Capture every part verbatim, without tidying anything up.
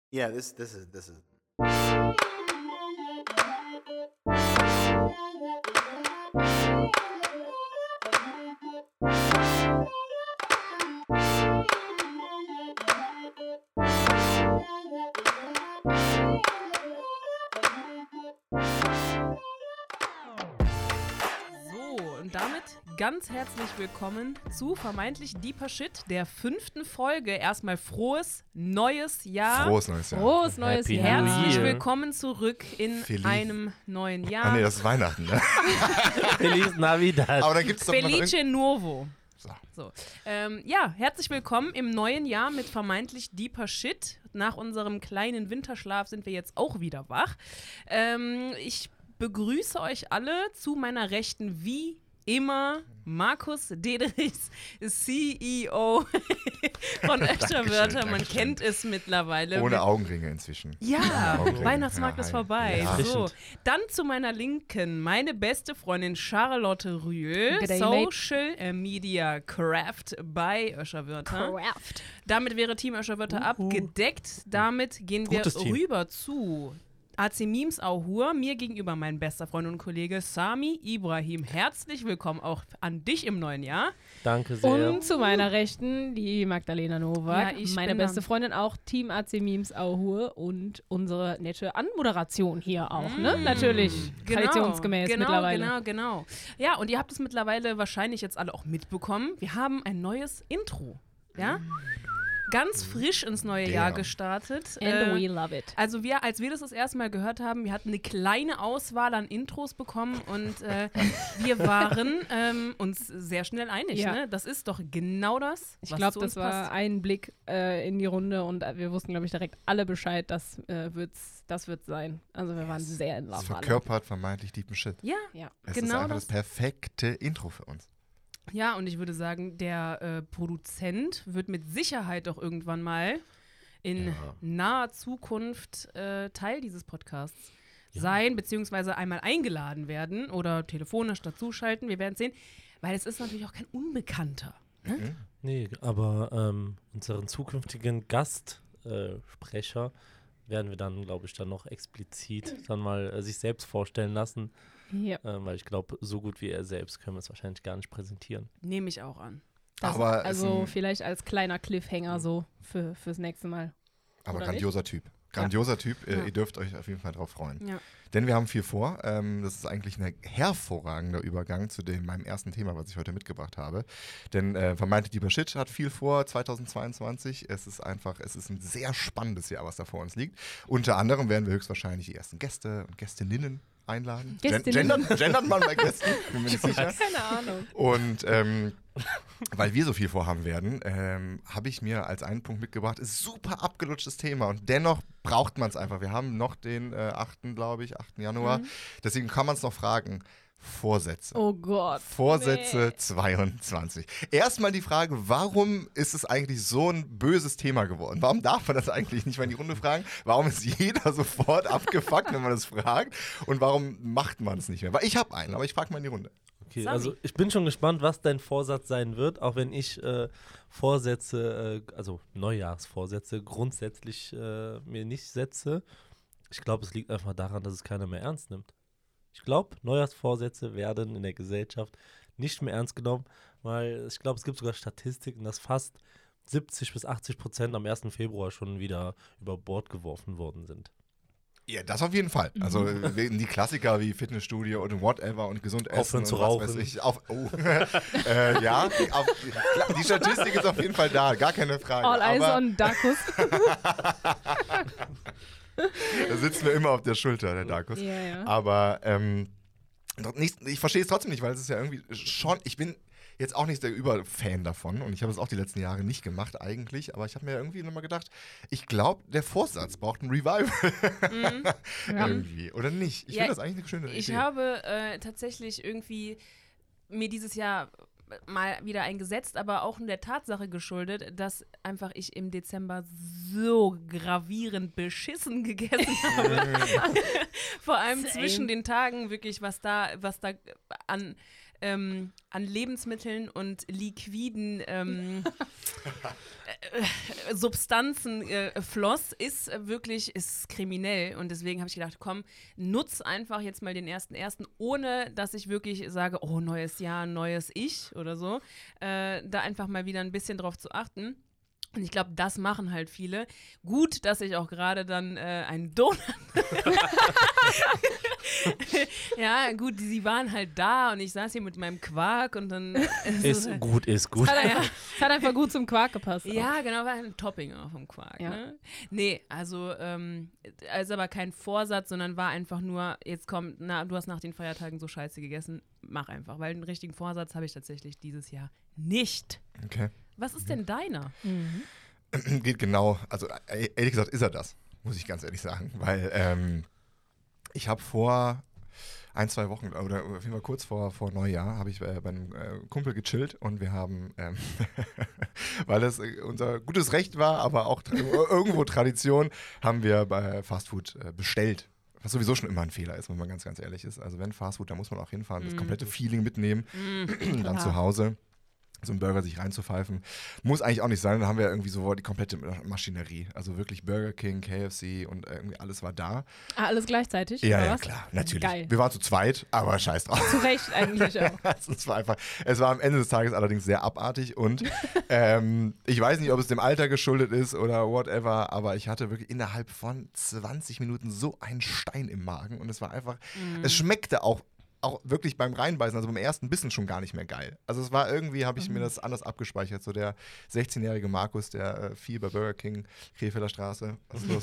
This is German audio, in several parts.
Yeah, this this is this is. Und damit ganz herzlich willkommen zu vermeintlich Deeper Shit, der fünften Folge. Erstmal frohes neues Jahr. Frohes neues Jahr. Frohes neues Happy Jahr. New Herzlich Year. willkommen zurück in Feliz. einem neuen Jahr. Ah nee, das ist Weihnachten, ne? Feliz Navidad. Aber dann gibt's doch noch Felice irgend- Nuovo. So. So. Ähm, ja, herzlich willkommen im neuen Jahr mit vermeintlich Deeper Shit. Nach unserem kleinen Winterschlaf sind wir jetzt auch wieder wach. Ähm, ich begrüße euch alle zu meiner Rechten wie immer Markus Dederichs, C E O von Öscher Wörter. Man Dankeschön. kennt es mittlerweile. Ohne Mit- Augenringe inzwischen. Ja, Augenringe. Weihnachtsmarkt Ja, ist hi. vorbei. Ja. So, dann zu meiner Linken meine beste Freundin Charlotte Rühl, Good day, Social Media Craft bei Öscher Wörter. Craft. Damit wäre Team Öscher Wörter abgedeckt. Damit gehen Gutes wir Team. rüber zu A C Memes Auhur. Mir gegenüber mein bester Freund und Kollege Sami Ibrahim. Herzlich willkommen auch an dich im neuen Jahr. Danke sehr. Und zu meiner Rechten die Magdalena Nowak, Ja, ich meine bin beste dann- Freundin, auch Team A C Memes Auhur und unsere nette Anmoderation hier auch, ne? Natürlich, traditionsgemäß genau, mittlerweile. Genau, genau. Ja, und ihr habt es mittlerweile wahrscheinlich jetzt alle auch mitbekommen. Wir haben ein neues Intro. Ja? Ganz frisch ins neue Damn. Jahr gestartet. And Äh, we love it. Also wir, als wir das das erste Mal gehört haben, wir hatten eine kleine Auswahl an Intros bekommen und äh, wir waren ähm, uns sehr schnell einig. Ja. Ne? Das ist doch genau das, Ich was glaube, zu das uns war passt. ein Blick äh, in die Runde und äh, wir wussten, glaube ich, direkt alle Bescheid, das äh, wird's, das wird sein. Also wir waren sehr in Das Love alle. verkörpert vermeintlich deepen Shit. Ja, Ja. Es genau ist einfach das. das perfekte Intro für uns. Ja, und ich würde sagen, der äh, Produzent wird mit Sicherheit doch irgendwann mal in Ja. naher Zukunft äh, Teil dieses Podcasts sein, beziehungsweise einmal eingeladen werden oder telefonisch dazuschalten. Wir werden sehen, weil es ist natürlich auch kein Unbekannter. Ne? Nee, aber ähm, unseren zukünftigen Gastsprecher äh, Sprecher werden wir dann, glaube ich, dann noch explizit dann mal äh, sich selbst vorstellen lassen, Ja. äh, weil ich glaube, so gut wie er selbst können wir es wahrscheinlich gar nicht präsentieren. Nehme ich auch an. Das, Aber es also ist ein- vielleicht als kleiner Cliffhanger so für, fürs nächste Mal. Aber Oder grandioser Typ. Grandioser Typ. Äh, Ja. Ihr dürft euch auf jeden Fall drauf freuen. Ja. Denn wir haben viel vor. Ähm, das ist eigentlich ein hervorragender Übergang zu dem, meinem ersten Thema, was ich heute mitgebracht habe. Denn äh, vermeintlich Deeper Shit hat viel vor zweitausendzweiundzwanzig. Es ist einfach, es ist ein sehr spannendes Jahr, was da vor uns liegt. Unter anderem werden wir höchstwahrscheinlich die ersten Gäste und Gästinnen einladen. Gen- Gästinnen. Gendern, gendert man bei Gästen? Bin mir nicht sicher. Keine Ahnung. Und ähm, weil wir so viel vorhaben werden, ähm, habe ich mir als einen Punkt mitgebracht, ist super abgelutschtes Thema und dennoch braucht man es einfach. Wir haben noch den äh, achten, glaube ich, achten Januar. Deswegen kann man es noch fragen. Vorsätze. Oh Gott. Vorsätze Nee. zweiundzwanzig. Erstmal die Frage, warum ist es eigentlich so ein böses Thema geworden? Warum darf man das eigentlich nicht mal in die Runde fragen? Warum ist jeder sofort abgefuckt, wenn man das fragt? Und warum macht man es nicht mehr? Weil ich habe einen, aber ich frage mal in die Runde. Okay, Sami. also ich bin schon gespannt, was dein Vorsatz sein wird, auch wenn ich äh, Vorsätze, äh, also Neujahrsvorsätze grundsätzlich äh, mir nicht setze. Ich glaube, es liegt einfach daran, dass es keiner mehr ernst nimmt. Ich glaube, Neujahrsvorsätze werden in der Gesellschaft nicht mehr ernst genommen, weil ich glaube, es gibt sogar Statistiken, dass fast siebzig bis achtzig Prozent am ersten Februar schon wieder über Bord geworfen worden sind. Ja, das auf jeden Fall. Also wegen die Klassiker wie Fitnessstudio und whatever und gesund essen Aufhören und zu was rauchen. weiß ich. Auf, oh. äh, ja, auf, klar, die Statistik ist auf jeden Fall da, gar keine Frage. All eyes aber on Darkus. da sitzen wir immer auf der Schulter, der Darkus. Ja, ja. Aber ähm, doch nicht, ich verstehe es trotzdem nicht, weil es ist ja irgendwie schon, ich bin jetzt auch nicht der Überfan davon und ich habe es auch die letzten Jahre nicht gemacht eigentlich, aber ich habe mir irgendwie nochmal gedacht, ich glaube, der Vorsatz braucht ein Revival. Ja. irgendwie, oder nicht? Ich Ja, finde das eigentlich eine schöne Idee. Ich habe äh, tatsächlich irgendwie mir dieses Jahr mal wieder eingesetzt, aber auch in der Tatsache geschuldet, dass einfach ich im Dezember so gravierend beschissen gegessen habe. Vor allem Same. zwischen den Tagen wirklich, was da, was da an ähm, an Lebensmitteln und liquiden ähm, äh, Substanzen äh, floss, ist äh, wirklich ist kriminell. Und deswegen habe ich gedacht, komm, nutz einfach jetzt mal den ersten ersten, ohne dass ich wirklich sage, oh, neues Jahr, neues Ich oder so. Äh, da einfach mal wieder ein bisschen drauf zu achten. Und ich glaube, das machen halt viele. Gut, dass ich auch gerade dann äh, einen Donut. Ja, gut, sie waren halt da und ich saß hier mit meinem Quark und dann. Äh, Ist so, gut, ist gut. Es hat, ja, es hat einfach gut zum Quark gepasst. auch. Ja, genau, war ein Topping auch vom Quark. Ja. Ne? Nee, also, ähm, also aber kein Vorsatz, sondern war einfach nur, jetzt kommt, na, du hast nach den Feiertagen so scheiße gegessen, mach einfach, weil einen richtigen Vorsatz habe ich tatsächlich dieses Jahr nicht. Okay. Was ist denn deiner? Mhm. Geht genau, also äh, ehrlich gesagt ist er das, muss ich ganz ehrlich sagen, weil ähm, ich habe vor ein, zwei Wochen oder auf jeden Fall kurz vor, vor Neujahr habe ich äh, bei einem äh, Kumpel gechillt und wir haben, ähm, weil es äh, unser gutes Recht war, aber auch tra- irgendwo Tradition, haben wir bei Fastfood äh, bestellt. Was sowieso schon immer ein Fehler ist, wenn man ganz, ganz ehrlich ist. Also wenn Fastfood, da muss man auch hinfahren, das komplette Feeling mitnehmen, dann Klar. zu Hause so einen Burger sich reinzupfeifen. Muss eigentlich auch nicht sein, dann haben wir irgendwie so die komplette Maschinerie. Also wirklich Burger King, K F C und irgendwie alles war da. Ah, alles gleichzeitig? Ja, oder ja, was? klar, natürlich. Geil. Wir waren zu zweit, aber scheiß drauf. Zu Recht eigentlich auch. Also es war einfach, es war am Ende des Tages allerdings sehr abartig und ähm, ich weiß nicht, ob es dem Alter geschuldet ist oder whatever, aber ich hatte wirklich innerhalb von zwanzig Minuten so einen Stein im Magen und es war einfach, es schmeckte auch auch wirklich beim Reinbeißen, also beim ersten Bissen schon gar nicht mehr geil. Also es war irgendwie, habe ich mir das anders abgespeichert. So der sechzehnjährige Markus, der äh, viel bei Burger King, Krefelder Straße, was ist los?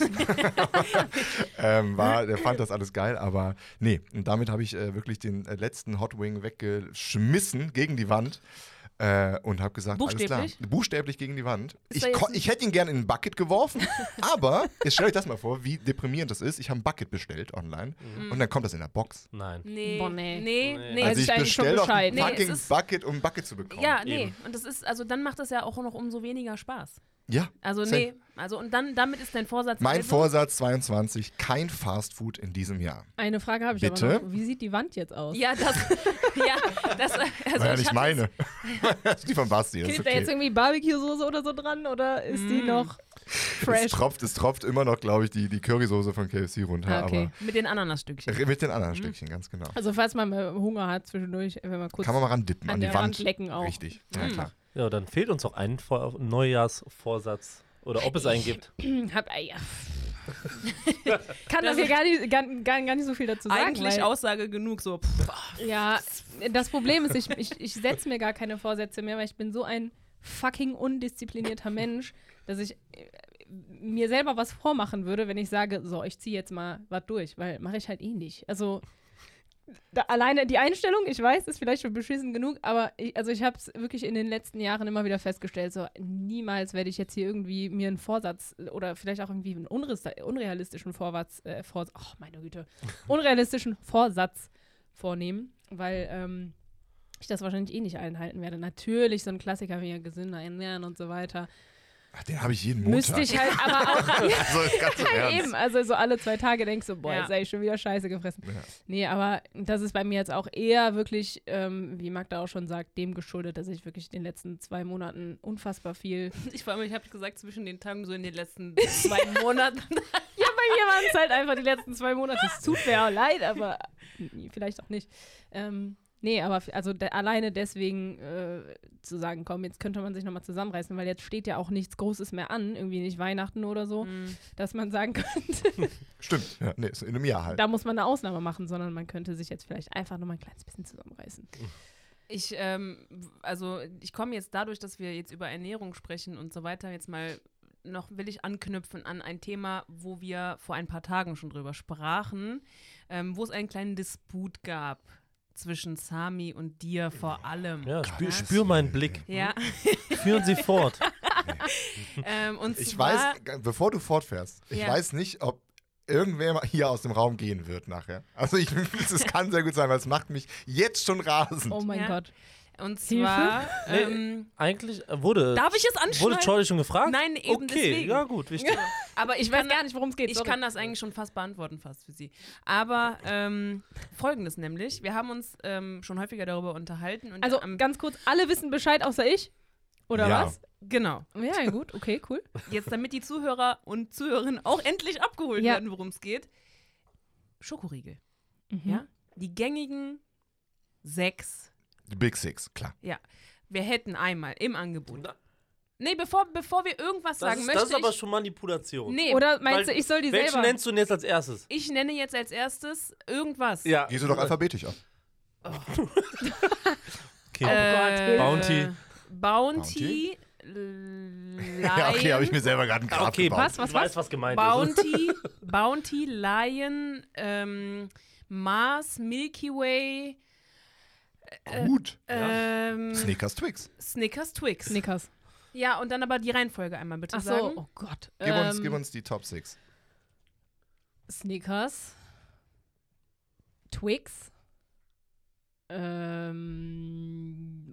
ähm, war, der fand das alles geil, aber nee. Und damit habe ich äh, wirklich den äh, letzten Hot Wing weggeschmissen gegen die Wand. Äh, und habe gesagt, alles Buchstäblich? klar, buchstäblich gegen die Wand. Ist Ich, da jetzt ko- ein- ich hätte ihn gerne in ein Bucket geworfen, aber jetzt stellt euch das mal vor, wie deprimierend das ist. Ich habe ein Bucket bestellt online und dann kommt das in der Box. Nein. Nee, Boah, nee. nee, Nee. nee. Weiß Also ich ich eigentlich schon bestelle doch ein Bescheid. Nee, fucking es ist- Bucket, um ein Bucket zu bekommen. Ja, nee. Eben. Und das ist, also dann macht das ja auch noch umso weniger Spaß. Ja. Also Safe. nee, also und dann damit ist dein Vorsatz. Mein also, Vorsatz zweiundzwanzig, kein Fastfood in diesem Jahr. Eine Frage habe ich Bitte? aber noch. Wie sieht die Wand jetzt aus? Ja, das, ja, das, also War ja ich nicht hatte meine. Das ist die von Basti, das ist Klebt da jetzt okay. irgendwie Barbecue-Soße oder so dran oder ist die Mm. noch Es fresh? tropft, es tropft immer noch, glaube ich, die, die Currysoße von K F C runter. Ah, okay. mit den Ananasstückchen. Aber mit den anderen Stückchen, ganz genau. Also falls man mal Hunger hat zwischendurch, wenn man kurz Kann man mal randippen an an die der Wand. Wand lecken auch. Richtig, ja Mm. klar. Ja, dann fehlt uns auch ein Vor Neujahrsvorsatz. Oder ob es einen gibt. Hab, ah, ja. Kann dafür gar nicht, gar, gar, gar nicht so viel dazu sagen. Eigentlich weil, Aussage genug, so pff, Ja, das Problem ist, ich, ich, ich setze mir gar keine Vorsätze mehr, weil ich bin so ein fucking undisziplinierter Mensch, dass ich äh, mir selber was vormachen würde, wenn ich sage, so, ich ziehe jetzt mal was durch, weil mache ich halt eh nicht. Also da, alleine die Einstellung, ich weiß, ist vielleicht schon beschissen genug, aber ich, also ich habe es wirklich in den letzten Jahren immer wieder festgestellt, so niemals werde ich jetzt hier irgendwie mir einen Vorsatz oder vielleicht auch irgendwie einen unre- unrealistischen Vorsatz, äh, Vors- oh meine Güte, unrealistischen Vorsatz vornehmen, weil ähm, ich das wahrscheinlich eh nicht einhalten werde. Natürlich so ein Klassiker wie ja gesünder ernähren und so weiter. Ach, den habe ich jeden Montag. Müsste ich halt aber auch Also ganz im ja, Ernst. eben, also so alle zwei Tage denkst du, boah, Ja. jetzt habe ich schon wieder Scheiße gefressen. Ja. Nee, aber das ist bei mir jetzt auch eher wirklich, ähm, wie Magda auch schon sagt, dem geschuldet, dass ich wirklich in den letzten zwei Monaten unfassbar viel. ich vor allem, ich habe gesagt, zwischen den Tagen so in den letzten zwei Monaten. Ja, bei mir waren es halt einfach die letzten zwei Monate. Es tut mir auch leid, aber vielleicht auch nicht. Ähm, nee, aber f- also de- alleine deswegen äh, zu sagen, komm, jetzt könnte man sich nochmal zusammenreißen, weil jetzt steht ja auch nichts Großes mehr an, irgendwie nicht Weihnachten oder so, Mm. dass man sagen könnte, Stimmt, ja, nee, ist in einem Jahr halt. da muss man eine Ausnahme machen, sondern man könnte sich jetzt vielleicht einfach nochmal ein kleines bisschen zusammenreißen. Ich, ähm, also ich komme jetzt dadurch, dass wir jetzt über Ernährung sprechen und so weiter, jetzt mal noch will ich anknüpfen an ein Thema, wo wir vor ein paar Tagen schon drüber sprachen, ähm, wo es einen kleinen Disput gab zwischen Sami und dir vor allem. Ja, spür, Gottes spür meinen Willen. Blick. Ja, Führen Sie fort. ähm, und Ich zwar, weiß, g- bevor du fortfährst, ich Ja. weiß nicht, ob irgendwer hier aus dem Raum gehen wird nachher. Also ich, es kann sehr gut sein, weil es macht mich jetzt schon rasend. Oh mein Ja. Gott. Und Hilfe? zwar, Nee. ähm, Eigentlich äh, wurde. darf ich es Wurde anschneiden? Charlie schon gefragt? Nein, eben okay, deswegen. ja gut, wichtig. Aber Ich weiß gar nicht, worum es geht. Ich sorry. kann das eigentlich schon fast beantworten, fast für Sie. Aber ähm, folgendes nämlich, wir haben uns ähm, schon häufiger darüber unterhalten. Und Also am, ganz kurz, alle wissen Bescheid außer ich? Oder Ja. was? genau. Ja, ja, gut, okay, cool. Jetzt, damit die Zuhörer und Zuhörerinnen auch endlich abgeholt Ja. werden, worum es geht. Schokoriegel. Mhm. Ja? Die gängigen sechs. Die Big Six, klar. Ja. Wir hätten einmal im Angebot. Na, Nee, bevor, bevor wir irgendwas Das, sagen, ist, möchte das ist aber ich. schon Manipulation. Nee, Oder meinst Weil- du, ich soll die Welchen selber? nennst du denn jetzt als erstes? ich nenne jetzt als erstes irgendwas. Ja. Gehst du doch alphabetisch ab. Okay. Äh, Bounty. Bounty. Lion. Ja, okay, habe ich mir selber gerade einen Grab Okay, gebaut. Was, was, du was? weißt, was gemeint ist. Bounty, Bounty, Lion, ähm, Mars, Milky Way, Gut. ähm, Snickers Twix. Snickers, Twix. Snickers. Ja, und dann aber die Reihenfolge einmal bitte Ach so, sagen. oh Gott. Gib, uns, Ähm, gib uns die Top Six. Snickers. Twix. Ähm,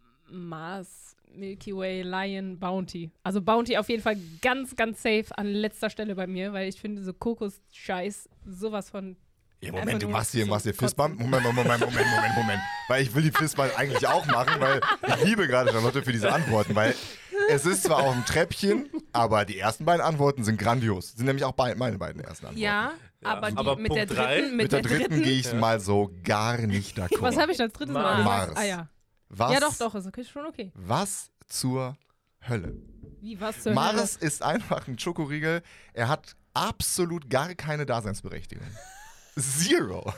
Mars, Milky Way, Lion, Bounty. Also Bounty auf jeden Fall ganz, ganz safe an letzter Stelle bei mir, weil ich finde so Kokos-Scheiß sowas von. Ja, Einfach Moment, du nur machst hier, zum machst hier Kotzen. Fistbump. Moment, Moment, Moment, Moment, Moment, Moment. Weil ich will die Fistbump eigentlich auch machen, weil ich liebe gerade Charlotte für diese Antworten, weil es ist zwar auf dem Treppchen, aber die ersten beiden Antworten sind grandios. Sind nämlich auch bei, meine beiden ersten Antworten. Ja, Ja, aber, die, aber mit, Punkt der drei? dritten, Mit der dritten gehe ich Ja. mal so gar nicht d'accord. Was habe ich als drittes Mal? Mars. gesagt? Ah ja. Was, Ja, doch, doch, ist okay, schon okay. Was zur Hölle? Wie, was zur Mars ist einfach ein Schokoriegel. Er hat absolut gar keine Daseinsberechtigung. Zero.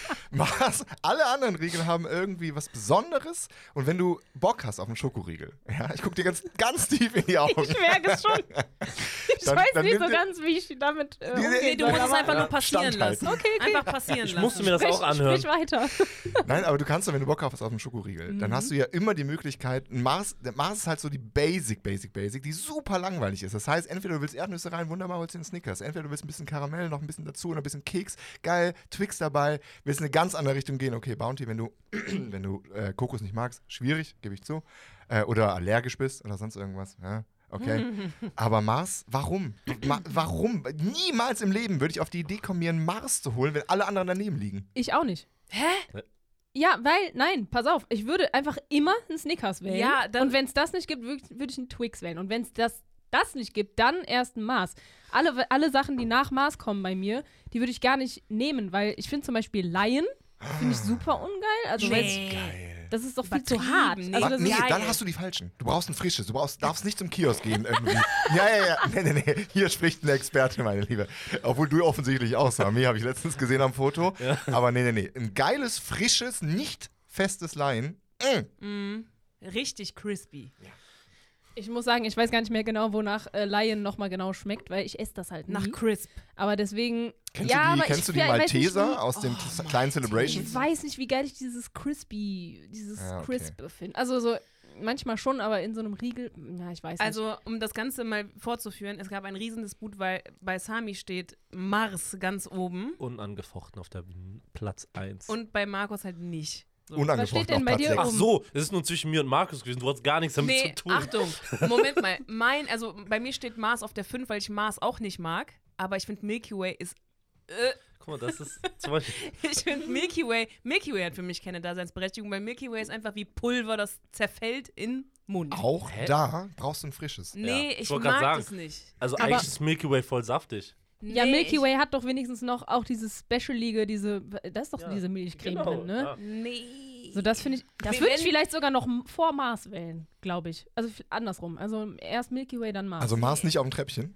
Mars, alle anderen Riegel haben irgendwie was Besonderes. Und wenn du Bock hast auf einen Schokoriegel, ja, ich guck dir ganz, ganz tief in die Augen. Ich merke es schon. Ich Dann- weiß dann nicht nimm so dir- ganz, wie ich damit äh, Nee, umgehen Nee, du soll, musst es aber- einfach nur passieren Standhalten. lassen. Okay, okay. Einfach passieren Ich lassen. musste mir das Sprich, auch anhören. sprich weiter. Nein, aber du kannst doch, wenn du Bock hast auf einen Schokoriegel, dann hast du ja immer die Möglichkeit, ein Mars, der Mars ist halt so die Basic, Basic, Basic, die super langweilig ist. Das heißt, entweder du willst Erdnüsse rein, wunderbar, holst dir einen Snickers. Entweder du willst ein bisschen Karamell, noch ein bisschen dazu und ein bisschen Keks, geil, Twix dabei, willst in eine ganz andere Richtung gehen. Okay, Bounty, wenn du, wenn du äh, Kokos nicht magst, schwierig, gebe ich zu. Äh, oder allergisch bist oder sonst irgendwas, ja. Okay. Aber Mars, warum? Ma warum? Niemals im Leben würde ich auf die Idee kommen, mir einen Mars zu holen, wenn alle anderen daneben liegen. Ich auch nicht. Hä? Ja, weil, nein, pass auf, ich würde einfach immer einen Snickers wählen. Ja, dann- und wenn es das nicht gibt, würde würd ich einen Twix wählen. Und wenn es das, das nicht gibt, dann erst ein Mars. Alle, alle Sachen, die nach Mars kommen bei mir, die würde ich gar nicht nehmen, weil ich finde zum Beispiel Lion, finde ich super ungeil. Also, weil's- Nee. das ist doch viel zu Übertrieben, hart. nee. Also, Was? das Nee, ist, geil. dann hast du die falschen. Du brauchst ein frisches. Du brauchst, darfst nicht zum Kiosk gehen irgendwie. Ja, ja, ja. Nee, nee, nee. Hier spricht ein Experte, meine Liebe. Obwohl du offensichtlich auch, Sami, habe ich letztens gesehen am Foto. Aber nee, nee, nee. Ein geiles, frisches, nicht festes Lion. Mm. Mm, richtig crispy. ich muss sagen, ich weiß gar nicht mehr genau, wonach äh, Lion nochmal genau schmeckt, weil ich esse das halt nie. Nach crisp. Aber deswegen. Kennst ja, du die, aber kennst ich, du die ja, ich weiß nicht, Malteser wie- aus den Oh, kleinen Celebrations? Ich weiß nicht, wie geil ich dieses Crispy, dieses Ja, okay. Crisp finde. Also so manchmal schon, aber in so einem Riegel, ja, ich weiß nicht. Also, um das Ganze mal vorzuführen, es gab ein Riesendisput, weil bei Sami steht Mars ganz oben Unangefochten auf der Platz eins. und bei Markus halt nicht. So. Unangefochten denn auf bei Platz dir sechs. Ach so, es ist nur zwischen mir und Markus gewesen. Du hattest gar nichts damit Nee, zu tun. Achtung, Moment mal. Mein, also bei mir steht Mars auf der fünf, weil ich Mars auch nicht mag. Aber ich finde Milky Way ist. Äh, Guck mal, das ist zum Beispiel. ich finde Milky Way. Milky Way hat für mich keine Daseinsberechtigung, weil Milky Way ist einfach wie Pulver, das zerfällt in Mund. Auch Hä? da brauchst du ein frisches. Nee, Ja, ich ich wollt grad mag sagen. das nicht. Also Aber- eigentlich ist Milky Way voll saftig. ja, Nee, Milky ich- Way hat doch wenigstens noch auch diese Special-Liga, diese, da ist doch Ja, diese Milchcreme genau, drin, ne? ja. Nee. So, das finde ich, das Wir würde ich werden- vielleicht sogar noch m- vor Mars wählen, glaube ich. Also f- andersrum. Also erst Milky Way, dann Mars. Also Mars nicht auf dem Treppchen?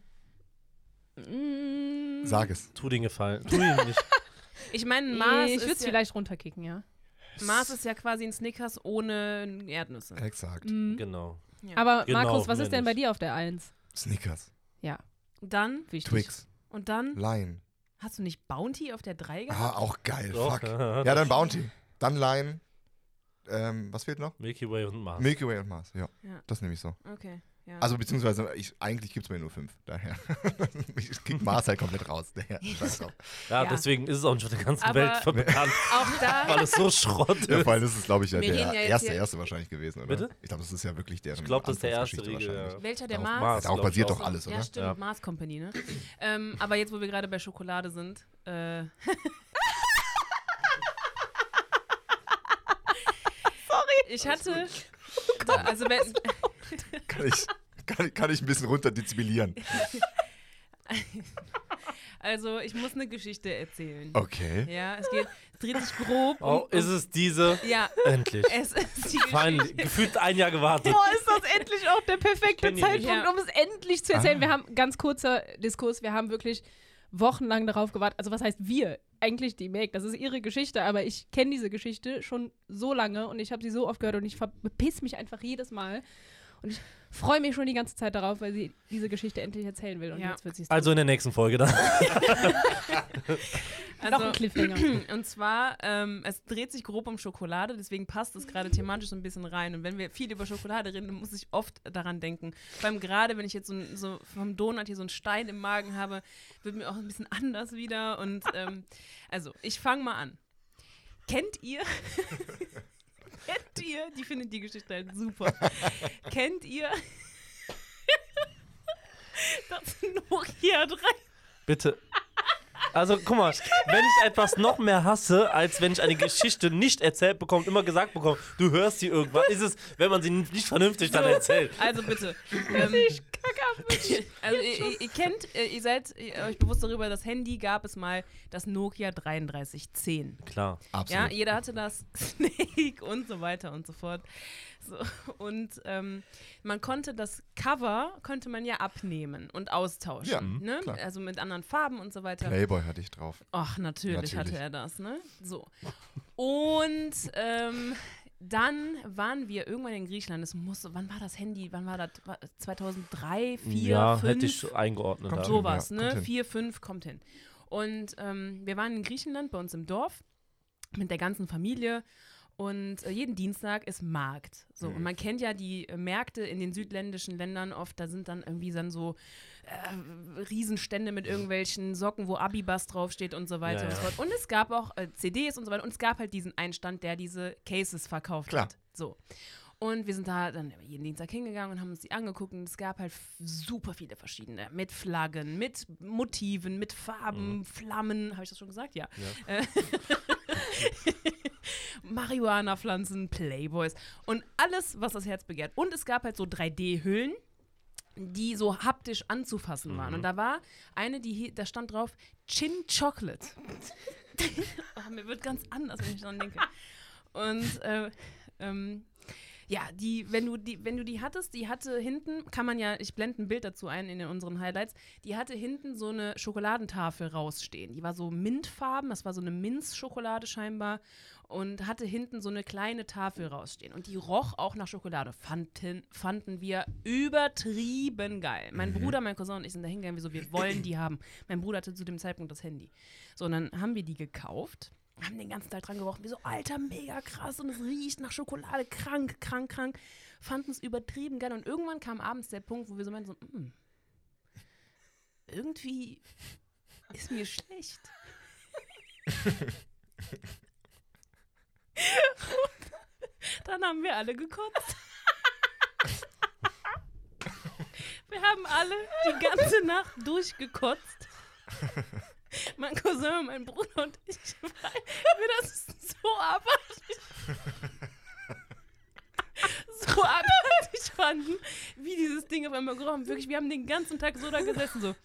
Mm, Sag es. Tu den Gefallen. Tu ihn nicht. Ich meine, Mars, ich würde ist es ja, vielleicht runterkicken, ja. Mars ist ja quasi ein Snickers ohne Erdnüsse. Exakt. Mhm. Genau. Ja. Aber Genau, Markus, was mehr ist denn bei nicht. dir auf der eins? Snickers. Ja, Dann, wichtig. Twix. und dann, Lion. hast du nicht Bounty auf der drei gehabt? Ah, auch geil. Doch. Fuck. Ja, dann Bounty. Dann Lion. Ähm, was fehlt noch? Milky Way und Mars. Milky Way und Mars. Ja, Ja. das nehme ich so. Okay. Ja. Also beziehungsweise ich, eigentlich gibt es mir nur fünf. Daher. Ich krieg Mars halt komplett raus. Daher. Scheiß drauf. Ja, Ja. deswegen ist es auch nicht auf der ganzen Aber- Welt für bekannt, Auch da, weil es so Schrott Ja, ist. vor allem ist es, glaube ich, ja Wir der reden ja jetzt erste, hier- erste wahrscheinlich gewesen, oder? Bitte? Ich glaube, das ist ja wirklich deren Ich glaube, das ist der erste Anfangsgeschichte Riegel. wahrscheinlich. Ja. welcher der Darauf- Mars? Darauf glaub ich basiert auch. doch alles, Ja, oder? stimmt, Ja. Mars Company, ne? ähm, aber jetzt, wo wir gerade bei Schokolade sind, äh, Sorry. Ich hatte, also wenn, Kann ich, kann, kann ich ein bisschen runterdezibellieren. also ich muss eine Geschichte erzählen. Okay. Ja, es geht, es dreht sich grob um, Oh, ist es diese? ja, Endlich. es ist die Finally. Geschichte. Gefühlt ein Jahr gewartet. Boah, ist das endlich auch der perfekte kenn die nicht. Zeitpunkt, Ja. um es endlich zu erzählen. Ah. Wir haben, ganz kurzer Diskurs, wir haben wirklich wochenlang darauf gewartet. Also was heißt wir? Eigentlich die Meg, das ist ihre Geschichte, aber ich kenne diese Geschichte schon so lange und ich habe sie so oft gehört und ich verpiss mich einfach jedes Mal. Und ich freue mich schon die ganze Zeit darauf, weil sie diese Geschichte endlich erzählen will. Und Ja. jetzt wird sie es Also in der nächsten Folge dann. noch ein Cliffhanger. Und zwar, ähm, es dreht sich grob um Schokolade, deswegen passt es gerade thematisch so ein bisschen rein. Und wenn wir viel über Schokolade reden, dann muss ich oft daran denken. Vor allem gerade, wenn ich jetzt so, ein- so vom Donut hier so einen Stein im Magen habe, wird mir auch ein bisschen anders wieder. Und ähm, also, ich fange mal an. Kennt ihr, kennt ihr, die findet die Geschichte halt super. Kennt ihr das Nokia drei? Bitte. Also, guck mal, wenn ich etwas noch mehr hasse, als wenn ich eine Geschichte nicht erzählt bekomme, immer gesagt bekomme, du hörst sie irgendwann, ist es, wenn man sie nicht vernünftig dann erzählt. Also bitte. Ähm, also ihr, ihr, ihr kennt, äh, ihr seid äh, euch bewusst darüber, das Handy gab es mal das Nokia dreiunddreißig zehn. Klar. Ja, Absolut. jeder hatte das, Snake und so weiter und so fort. So, und ähm, man konnte das Cover, konnte man ja abnehmen und austauschen. Ja, ne? klar. Also mit anderen Farben und so weiter. Playboy hatte ich drauf. Ach, natürlich, Natürlich. hatte er das, ne? So. Und ähm, dann waren wir irgendwann in Griechenland. Es muss, wann war das Handy? Wann war das? War zweitausenddrei, vier, Ja, fünf? hätte ich eingeordnet. Kommt ja. hin. Sowas, Ja, ne? kommt hin. vier, fünf, kommt hin. Und ähm, wir waren in Griechenland bei uns im Dorf mit der ganzen Familie. Und äh, jeden Dienstag ist Markt. So, und man kennt ja die äh, Märkte in den südländischen Ländern oft, da sind dann irgendwie dann so äh, Riesenstände mit irgendwelchen Socken, wo Abibas draufsteht und so weiter Ja, und so ja. fort. Und es gab auch äh, C Ds und so weiter. Und es gab halt diesen Einstand, der diese Cases verkauft Klar. hat. So. Und wir sind da dann jeden Dienstag hingegangen und haben uns die angeguckt und es gab halt f- super viele verschiedene. Mit Flaggen, mit Motiven, mit Farben, Flammen. Habe ich das schon gesagt? Ja. Äh, Marihuana-Pflanzen, Playboys und alles, was das Herz begehrt. Und es gab halt so drei D-Hüllen, die so haptisch anzufassen waren. Und da war eine, die hier, da stand drauf Chin Chocolate. Oh, mir wird ganz anders, wenn ich daran denke. Und äh, ähm, ja, die, wenn du die, wenn du die hattest, die hatte hinten, kann man ja, ich blende ein Bild dazu ein in unseren Highlights, die hatte hinten so eine Schokoladentafel rausstehen. Die war so mintfarben, das war so eine Minzschokolade scheinbar und hatte hinten so eine kleine Tafel rausstehen. Und die roch auch nach Schokolade. Fanden, fanden wir übertrieben geil. Mein Bruder, mein Cousin und ich sind da hingegangen, wieso wir wollen die haben. Mein Bruder hatte zu dem Zeitpunkt das Handy. So, und dann haben wir die gekauft. Haben den ganzen Tag dran gerochen. Wir so, Alter, mega krass. Und es riecht nach Schokolade. Krank, krank, krank. Fanden es übertrieben geil. Und irgendwann kam abends der Punkt, wo wir so meinten, so, mm, irgendwie ist mir schlecht. Und dann haben wir alle gekotzt. Wir haben alle die ganze Nacht durchgekotzt. Mein Cousin, mein Bruder und ich, weil wir das so abartig, so abartig fanden, wie dieses Ding auf einmal gerochen haben. Wirklich, wir haben den ganzen Tag so da gesessen, so.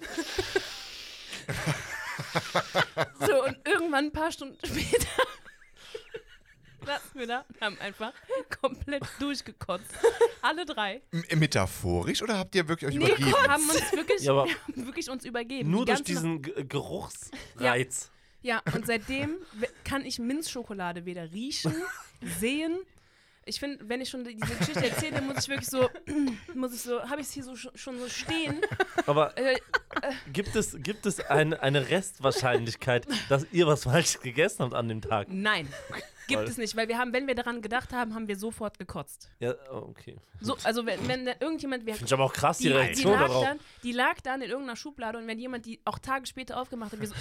So, und irgendwann ein paar Stunden später saßen wir da und haben einfach komplett durchgekotzt. Alle drei. M metaphorisch oder habt ihr wirklich euch Nee, übergeben? wir haben uns wirklich, Ja, aber wir haben wirklich uns übergeben. Nur Die durch ganze diesen G Geruchsreiz. Ja, und seitdem we- kann ich Minzschokolade weder riechen, sehen, ich finde, wenn ich schon diese Geschichte erzähle, muss ich wirklich so, muss ich so, habe ich es hier so sch- schon so stehen. Aber Äh, gibt es, gibt es ein, eine Restwahrscheinlichkeit, dass ihr was falsch gegessen habt an dem Tag? nein, gibt Weil- es nicht, weil wir haben, wenn wir daran gedacht haben, haben wir sofort gekotzt. Ja, oh, okay. So, also wenn, wenn da irgendjemand, wir, Finde ich aber auch krass, die, die, die, Reaktion lag darauf. dann, die lag dann in irgendeiner Schublade und wenn jemand die auch Tage später aufgemacht hat, wir so,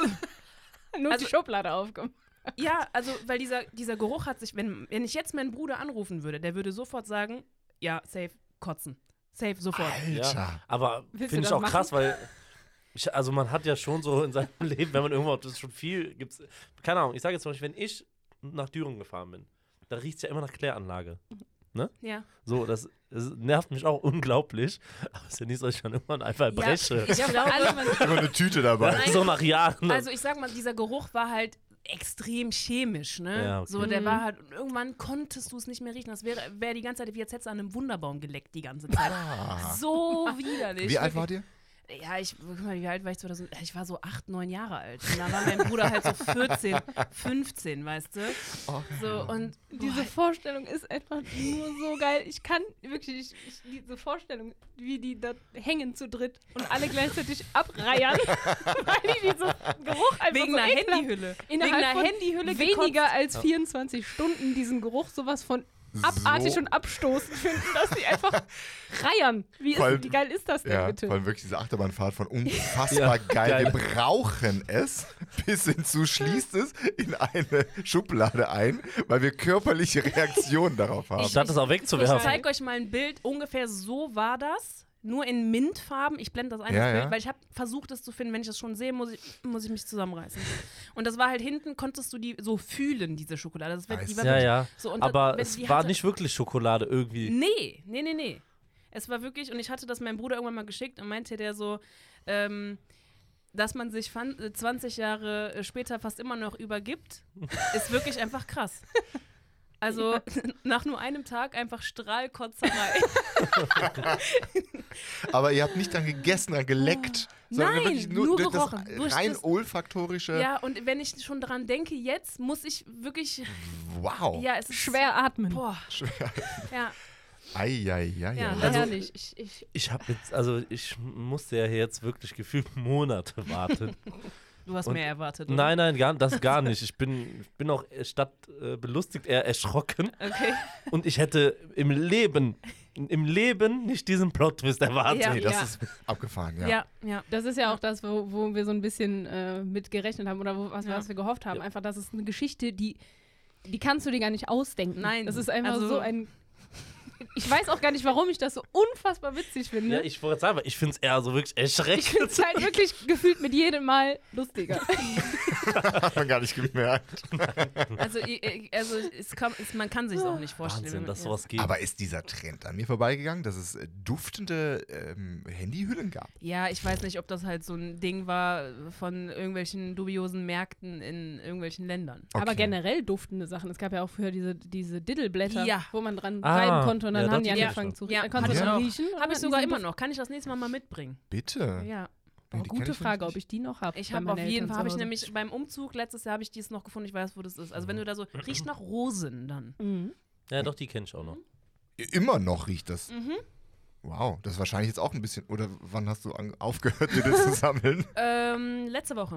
Nur Also- die Schublade aufgemacht. ja, also weil dieser, dieser Geruch hat sich, wenn, wenn ich jetzt meinen Bruder anrufen würde, der würde sofort sagen, ja, safe, kotzen. Safe, sofort. Alter. Ja, aber Willst du finde ich das auch machen? krass, weil ich, also man hat ja schon so in seinem Leben, wenn man irgendwo, das ist schon viel, gibt's, keine Ahnung, ich sage jetzt zum Beispiel, wenn ich nach Düren gefahren bin, da riecht es ja immer nach Kläranlage. Ja. So, das, das nervt mich auch unglaublich, aber es ist ja nicht so, dass ich dann irgendwann einfach breche. Ich glaube, Immer eine Tüte dabei. Nein. So nach Jahren. also ich sag mal, dieser Geruch war halt extrem chemisch, ne? Ja, okay. So, der Mhm. war halt, irgendwann konntest du es nicht mehr riechen. Das wäre wär die ganze Zeit, wie jetzt hättest du an einem Wunderbaum geleckt die ganze Zeit. Ah. So widerlich. Wie alt Wirklich. wart ihr? Ja, ich, guck mal, wie alt war ich? zweitausend Ich war so acht, neun Jahre alt. Und dann war mein Bruder halt so vierzehn, fünfzehn, weißt du? So, und Diese Vorstellung ist einfach nur so geil. Ich kann wirklich, ich, ich, diese Vorstellung, wie die da hängen zu dritt und alle gleichzeitig abreiern, weil die diesen Geruch einfach wegen so einer ekelhaft- Handyhülle. Innerhalb wegen einer von Handyhülle weniger gekotzt. als vierundzwanzig Stunden diesen Geruch sowas von abartig So- und abstoßend finden, dass die einfach reiern. Wie, Vor allem- ist, wie geil ist das denn Ja, bitte? vor allem wirklich diese Achterbahnfahrt von unfassbar Ja, geil. geil. Wir brauchen es, bis hinzu schließt es in eine Schublade ein, weil wir körperliche Reaktionen darauf haben. Statt es auch Ich wegzuwerfen. zeige euch mal ein Bild. Ungefähr so war das. Nur in Mintfarben. Ich blende das ein, Ja, das Bild, ja. weil ich habe versucht, das zu finden. Wenn ich das schon sehe, muss ich, muss ich mich zusammenreißen. Und das war halt hinten, konntest du die so fühlen, diese Schokolade. Das, wird- die war Ja, wirklich ja. So, und Aber das, wenn es die war hatte- nicht wirklich Schokolade irgendwie. Nee, nee, nee, nee. Es war wirklich, und ich hatte das meinem Bruder irgendwann mal geschickt und meinte der so, ähm, dass man sich fan- äh, zwanzig Jahre später fast immer noch übergibt, ist wirklich einfach krass. Also nach nur einem Tag einfach Strahlkotzerei. Aber ihr habt nicht dann gegessen, dann geleckt, sondern Nein, wirklich nur, nur durch das gerochen. Durch rein das- olfaktorische. Ja, und wenn ich schon dran denke, jetzt muss ich wirklich, Wow. ja, es ist Schwer atmen. Boah, ja, Eieiei. ja, Ja, also, herrlich. Ich, ich, Ich habe jetzt, also ich musste ja jetzt wirklich gefühlt Monate warten. du hast Und- mehr erwartet. oder? Nein, nein, gar, das gar nicht. Ich bin, ich bin auch statt äh, belustigt eher erschrocken. Okay. Und ich hätte im Leben, im Leben nicht diesen Plot-Twist erwartet. Ja. Nee, das Ja. ist abgefahren, ja. Ja, ja. das ist ja auch das, wo, wo wir so ein bisschen äh, mit gerechnet haben oder wo, was, Ja. was wir gehofft haben. Ja. Einfach, das ist eine Geschichte, die, die kannst du dir gar nicht ausdenken. Nein. Das ist einfach Also- so ein. Ich weiß auch gar nicht, warum ich das so unfassbar witzig finde. Ja, ich wollte sagen, aber ich finde es eher so wirklich ich erschreckend. finde es halt wirklich gefühlt mit jedem Mal lustiger. Hat man gar nicht gemerkt. Also, i- also es kann, es, man kann sich auch nicht vorstellen. Wahnsinn, wenn dass man- sowas geht. Aber ist dieser Trend an mir vorbeigegangen, dass es äh, duftende ähm, Handyhüllen gab? Ja, ich weiß nicht, ob das halt so ein Ding war von irgendwelchen dubiosen Märkten in irgendwelchen Ländern. Aber Okay. generell duftende Sachen. Es gab ja auch früher diese, diese Diddleblätter, Ja. wo man dran Ah, reiben konnte und dann ja, haben das die kenn ich angefangen schon. zu Ja, riechen. Konntest hatte du ich das auch. riechen? oder Habe ich hatten sogar die immer so- noch. Kann ich das nächste Mal mal mitbringen? Bitte. Ja. Nee, Oh, die kenn gute ich Frage, nämlich ob ich die noch habe. Ich habe auf jeden Fall, habe ich nämlich beim Umzug letztes Jahr habe ich dies noch gefunden. Ich weiß, wo das ist. Also wenn du da so, riecht nach Rosen dann. Mhm. Ja, doch, die kenne ich auch noch. Immer noch riecht das. Mhm. Wow, das ist wahrscheinlich jetzt auch ein bisschen. Oder wann hast du an, aufgehört, dir das zu sammeln? Ähm, letzte Woche.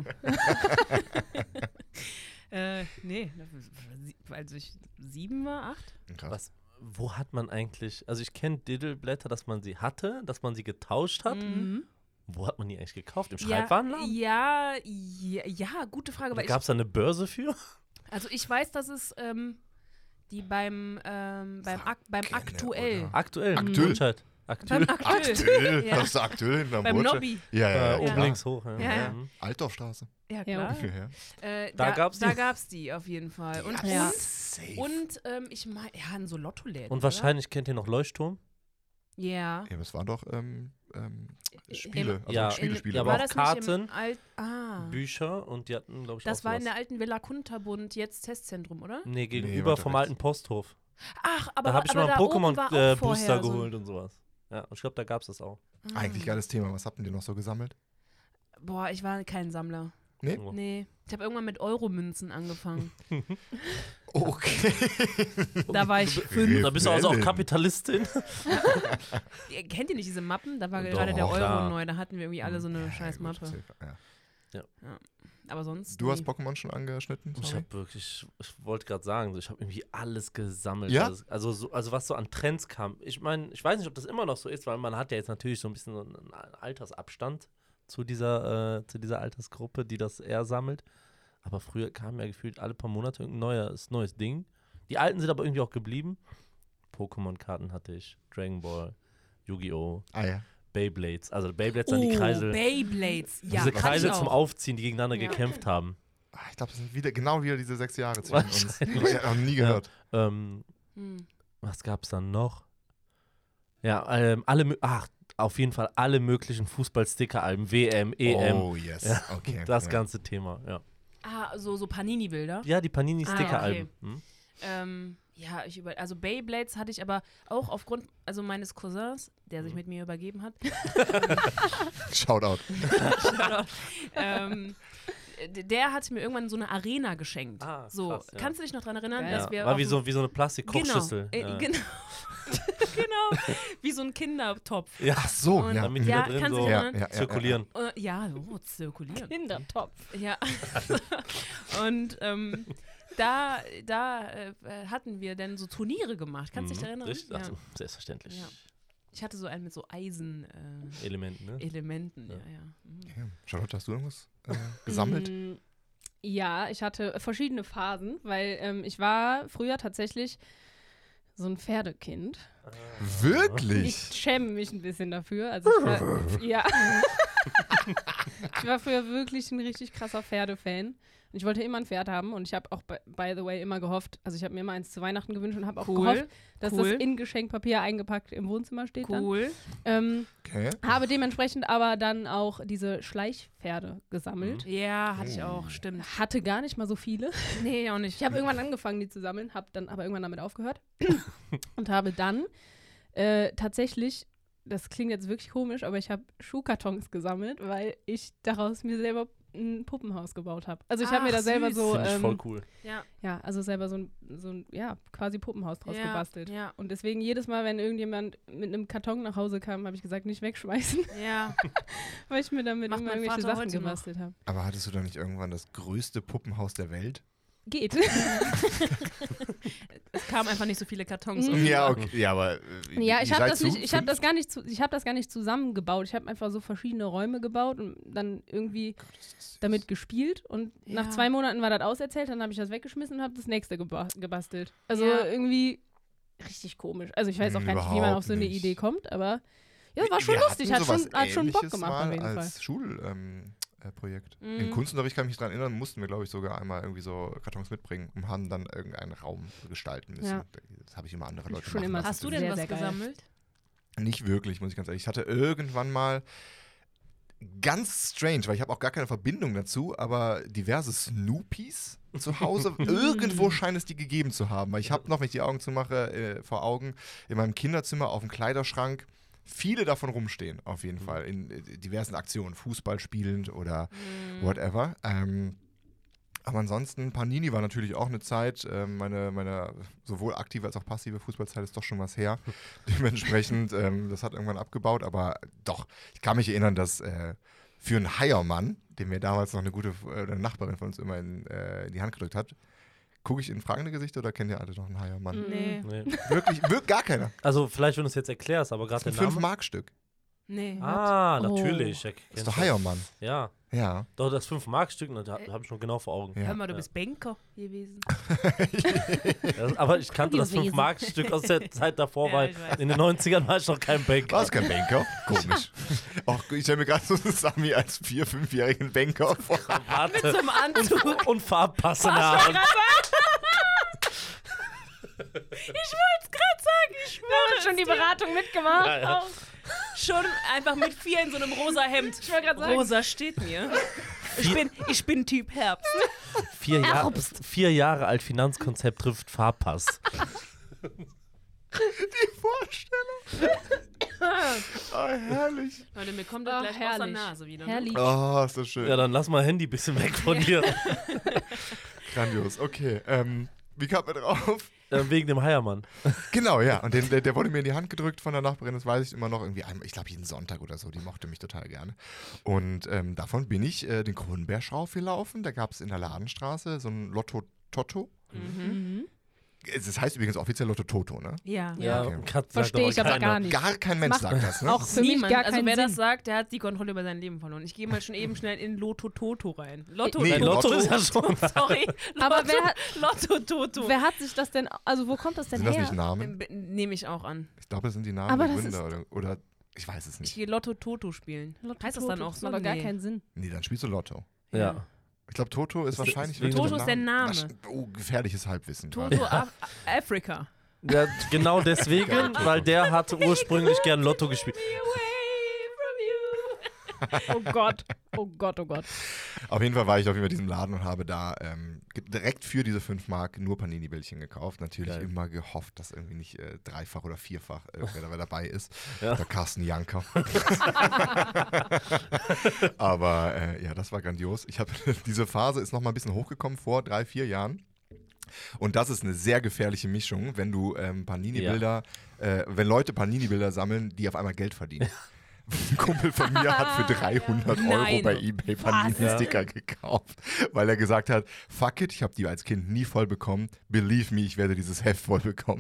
äh, nee, als ich sieben war, acht. Krass. Was, wo hat man eigentlich, also ich kenne Diddleblätter, dass man sie hatte, dass man sie getauscht hat. Mhm. Wo hat man die eigentlich gekauft? Im Ja, Schreibwarenladen? ja, ja, ja, gute Frage. Aber Gab es da eine Börse für? ich, also ich weiß, dass es ähm, die beim, ähm, beim, Ak beim Kenne, Aktuell. oder? Aktuell. Aktuell. Menschheit. Beim Aktuell. Aktuell. Aktuell, Ja. hast du aktuell hinterm Beim Brotschein? Nobby. Ja, ja, ja. Äh, oben klar. links hoch. Ja. Ja, ja. Mhm. Altdorfstraße. Ja, Ja, klar. okay. Ja. Äh, Da da gab's die? Da gab's die auf jeden Fall. Und, Ja. Safe. und, und ähm, ich meine, ja, in so Lottoläden. Und wahrscheinlich kennt ihr noch Leuchtturm? Oder? Ja. Ja, aber es waren doch ähm, ähm, Spiele. Also Ja. Spiele, In- Spiele. Ja, aber war auch das Karten, nicht im Alt ah. Bücher und die hatten, glaube ich, Das auch war in sowas. der alten Villa Kunterbund, jetzt Testzentrum, oder? Nee, gegenüber weiter vom rechts. alten Posthof. Ach, aber, Da habe ich aber mal da einen oben war auch Pokémon-Booster vorher so- geholt und sowas. Ja, und ich glaube, da gab es das auch. Eigentlich geiles Thema. Was habt ihr noch so gesammelt? Boah, ich war kein Sammler. Nee? Oh. Nee. Ich habe irgendwann mit Euromünzen angefangen. Okay. Da war ich fünf. Da bist du also auch Rebellen. Kapitalistin. Ihr- Kennt ihr nicht diese Mappen? Da war Doch, gerade der Euro klar. neu. Da hatten wir irgendwie alle so eine scheiß Ja, Mappe. gut, ja. Aber sonst. Du nie. hast Pokémon schon angeschnitten? Ich Sorry. habe wirklich, ich wollte gerade sagen, so, ich habe irgendwie alles gesammelt. Ja? Alles, also, so, also was so an Trends kam. Ich meine, ich weiß nicht, ob das immer noch so ist, weil man hat ja jetzt natürlich so ein bisschen so einen Altersabstand zu dieser, äh, zu dieser Altersgruppe, die das eher sammelt. Aber früher kam ja gefühlt alle paar Monate irgendein neues, neues Ding. Die alten sind aber irgendwie auch geblieben. Pokémon-Karten hatte ich, Dragon Ball, Yu-Gi-Oh!, Ah ja. Beyblades. Also Beyblades sind die Oh, Kreisel. Beyblades. Ja, diese hatte ich Kreisel auch. zum Aufziehen, die gegeneinander Ja. gekämpft haben. Ah, ich glaube, das sind wieder, genau wieder diese sechs Jahre zwischen uns. Wahrscheinlich. Ich habe nie gehört. Ähm, Hm. was gab's dann noch? Ja, ähm, alle, mö- ach, auf jeden Fall alle möglichen Fußball-Sticker-Alben, W M, E M, Oh, yes. Ja, Okay. das ja. ganze Thema, ja. Ah, so, so Panini-Bilder. Ja, die Ah, Panini-Sticker-Alben. okay. Hm? Ähm, ja, ich über, also Beyblades hatte ich aber auch aufgrund, also meines Cousins, der sich mit mir übergeben hat. Shoutout. ähm, d- der hat mir irgendwann so eine Arena geschenkt. Ah, so, krass, ja. kannst du dich noch daran erinnern, Geil. dass Ja, wir war auf wie dem- so, wie so eine Plastikkochschüssel. Genau, äh, ja. genau. genau, wie so ein Kindertopf. Ja, Ach so, Und- ja. damit die Ja, da drin kannst du so dich Ja, erinnern? ja, ja, zirkulieren. Äh, ja, oh, zirkulieren. Kindertopf. Ja. Und ähm, da, da äh, hatten wir dann so Turniere gemacht. Kannst du dich Mhm, erinnern? Richtig? Ja. Ach so, selbstverständlich. Ja. Ich hatte so einen mit so Eisenelementen. Äh, Elementen, ne? Elementen, ja, Ja. ja. Mhm. Ja. Charlotte, hast du irgendwas äh, gesammelt? Mm, Ja, ich hatte verschiedene Phasen, weil ähm, ich war früher tatsächlich so ein Pferdekind. Wirklich? Ich schäme mich ein bisschen dafür. Also ich war, ja. ich war früher wirklich ein richtig krasser Pferdefan. Und ich wollte immer ein Pferd haben und ich habe auch, by, by the way, immer gehofft, also ich habe mir immer eins zu Weihnachten gewünscht und habe auch Cool, gehofft, dass cool. das in Geschenkpapier eingepackt im Wohnzimmer steht dann. Cool. Ähm, Okay. habe dementsprechend aber dann auch diese Schleichpferde gesammelt. Ja, hatte ich auch, stimmt. Hatte gar nicht mal so viele. Nee, auch nicht. Ich habe irgendwann angefangen, die zu sammeln, habe dann aber irgendwann damit aufgehört und habe dann äh, tatsächlich, das klingt jetzt wirklich komisch, aber ich habe Schuhkartons gesammelt, weil ich daraus mir selber ein Puppenhaus gebaut habe. Also ich habe mir Ach, da selber süß. so, Finde ich voll ähm, cool. Ja, ja, also selber so ein, so ein, ja, quasi Puppenhaus draus ja, gebastelt. Ja, Und deswegen jedes Mal, wenn irgendjemand mit einem Karton nach Hause kam, habe ich gesagt, nicht wegschmeißen, ja. weil ich mir damit Macht immer mein irgendwelche Vater Sachen heute noch. gebastelt habe. Aber hattest du da nicht irgendwann das größte Puppenhaus der Welt? Geht. Es kamen einfach nicht so viele Kartons. Mhm. irgendwie. Ja, okay. Ja, aber. äh, Ja, ihr ich habe seid das zu nicht, ich habe fünf? das gar nicht, zu, ich habe das gar nicht zusammengebaut. Ich habe einfach so verschiedene Räume gebaut und dann irgendwie damit gespielt und Ja. nach zwei Monaten war das auserzählt, dann habe ich das weggeschmissen und habe das nächste geba gebastelt. Also Ja. irgendwie richtig komisch. Also ich weiß auch gar nicht, wie man Überhaupt auf so eine nicht. Idee kommt, aber ja, war schon Wir lustig, hatten hat schon, sowas hat schon Bock Ähnliches gemacht mal auf jeden Fall. als Schulprojekt. Ähm, äh, Projekt. Mhm. Im Kunstunterricht kann ich mich daran erinnern, mussten wir, glaube ich, sogar einmal irgendwie so Kartons mitbringen und haben dann irgendeinen Raum gestalten müssen. Ja. Das habe ich immer andere Ich Leute schon machen immer lassen. Hast du Sehr, denn was sehr geil. gesammelt? Nicht wirklich, muss ich ganz ehrlich. Ich hatte irgendwann mal ganz strange, weil ich habe auch gar keine Verbindung dazu, aber diverse Snoopies zu Hause. Irgendwo scheint es die gegeben zu haben, weil ich habe noch, wenn ich die Augen zumache, äh, vor Augen in meinem Kinderzimmer auf dem Kleiderschrank viele davon rumstehen, auf jeden Fall, in äh, diversen Aktionen, Fußball spielend oder whatever. Ähm, aber ansonsten, Panini war natürlich auch eine Zeit, ähm, meine, meine sowohl aktive als auch passive Fußballzeit ist doch schon was her. Dementsprechend, ähm, das hat irgendwann abgebaut, aber doch, ich kann mich erinnern, dass äh, für einen Heiermann, den mir damals noch eine gute äh, eine Nachbarin von uns immer in, äh, in die Hand gedrückt hat, gucke ich in fragende Gesichter oder kennt ihr alle noch einen Heiermann? Mhm. Nee. Nee. Wirklich, wirklich gar keiner. Also vielleicht, wenn du es jetzt erklärst, aber Das gerade ist der ein Name. fünf Mark Stück. Nee. Ah, Oh. natürlich. Ja, Das ist kennst doch du. Heiermann. Ja, Ja. doch das fünf Mark Stück, das habe ich schon genau vor Augen. Ja. Hör mal, du Ja. bist Banker gewesen. Das, aber ich kannte das fünf Mark Stück aus der Zeit davor, Ja, weil ich weiß. in den neunzigern war ich noch kein Banker. War es kein Banker? Komisch. Auch, ich stelle mir gerade so Sami als vier-, fünfjährigen Banker vor. Warte. Zum Anzug. Und Farbpass in der Hand. Ich wollte es gerade sagen, ich schwöre. schon die Beratung mitgemacht. Ja, ja. Auch. Schon einfach mit vier in so einem rosa Hemd. Ich wollte gerade sagen. Rosa steht mir. Ich bin, ich bin Typ Herbst. Vier, Jahr, vier Jahre alt, Finanzkonzept trifft Farbpass. Die Vorstellung. Oh, herrlich. Leute, mir kommt das Oh, gleich aus herrlich. der Nase wieder. Ne? Herrlich. Oh, ist das schön. Ja, dann lass mal Handy ein bisschen weg von dir. Grandios. Okay, ähm, wie kam man drauf? äh, wegen dem Heiermann. Genau, ja. Und den, der, der wurde mir in die Hand gedrückt von der Nachbarin, das weiß ich immer noch. Irgendwie, einmal, ich glaube, jeden Sonntag oder so. Die mochte mich total gerne. Und ähm, davon bin ich äh, den Kronenbergschrauf gelaufen. Da gab es in der Ladenstraße so ein Lotto Totto. Mhm. Mhm. Es das heißt übrigens offiziell Lotto Toto, ne? Ja. Ja. okay. Katz sagt Verstehe ich aber keiner. gar nicht. Gar kein Mensch Macht sagt das, ne? auch für mich Niemand, gar also keinen wer Sinn. das sagt, der hat die Kontrolle über sein Leben verloren. Ich gehe mal schon eben schnell in Lotto Toto rein. Lotto Nee, Nein, Lotto- Lotto ist ja schon. Sorry. Aber Lotto, wer hat- Lotto Toto. Wer hat sich das denn, also wo kommt das denn Sind das her? nicht Namen? Nehme ich auch an. Ich glaube, das sind die Namen Aber der das Gründer. Oder, oder ich weiß es Ich nicht. gehe Lotto Toto spielen. Lotto heißt das dann Toto, auch so? macht doch gar Nee. keinen Sinn. Nee, dann spielst du Lotto. Ja. Ich glaube, Toto ist Ist- wahrscheinlich... ist wegen wirklich Toto der ist der Name. Wasch- Oh, gefährliches Halbwissen. Toto gerade. Af Africa. Ja, genau deswegen, weil der hatte ursprünglich gern Lotto gespielt. Oh Gott, oh Gott, oh Gott. Auf jeden Fall war ich auf jeden Fall in diesem Laden und habe da ähm, ge- direkt für diese fünf Mark nur Panini-Bällchen gekauft. Natürlich Geil. immer gehofft, dass irgendwie nicht äh, dreifach oder vierfach irgendwer dabei dabei ist. Ja. Der Carsten Janker. Aber äh, ja, das war grandios. Ich habe diese Phase ist noch mal ein bisschen hochgekommen vor drei, vier Jahren. Und das ist eine sehr gefährliche Mischung, wenn du ähm, Panini-Bilder, äh, wenn Leute Panini-Bilder sammeln, die auf einmal Geld verdienen. Ein Kumpel von mir hat für dreihundert Euro Nein. bei eBay Panini-Sticker gekauft, weil er gesagt hat, fuck it, ich habe die als Kind nie voll bekommen. Believe me, ich werde dieses Heft voll bekommen.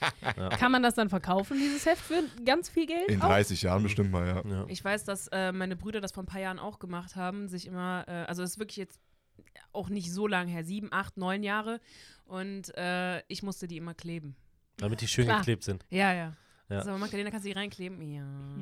Kann man das dann verkaufen, dieses Heft, für ganz viel Geld? In auch? dreißig Jahren bestimmt mal, ja. Ja. Ich weiß, dass äh, meine Brüder das vor ein paar Jahren auch gemacht haben, sich immer, äh, also es ist wirklich jetzt auch nicht so lange her, sieben, acht, neun Jahre und äh, ich musste die immer kleben. Damit die schön Klar. geklebt sind. Ja, ja. Ja. Also Magdalena, kannst du die reinkleben? Ja.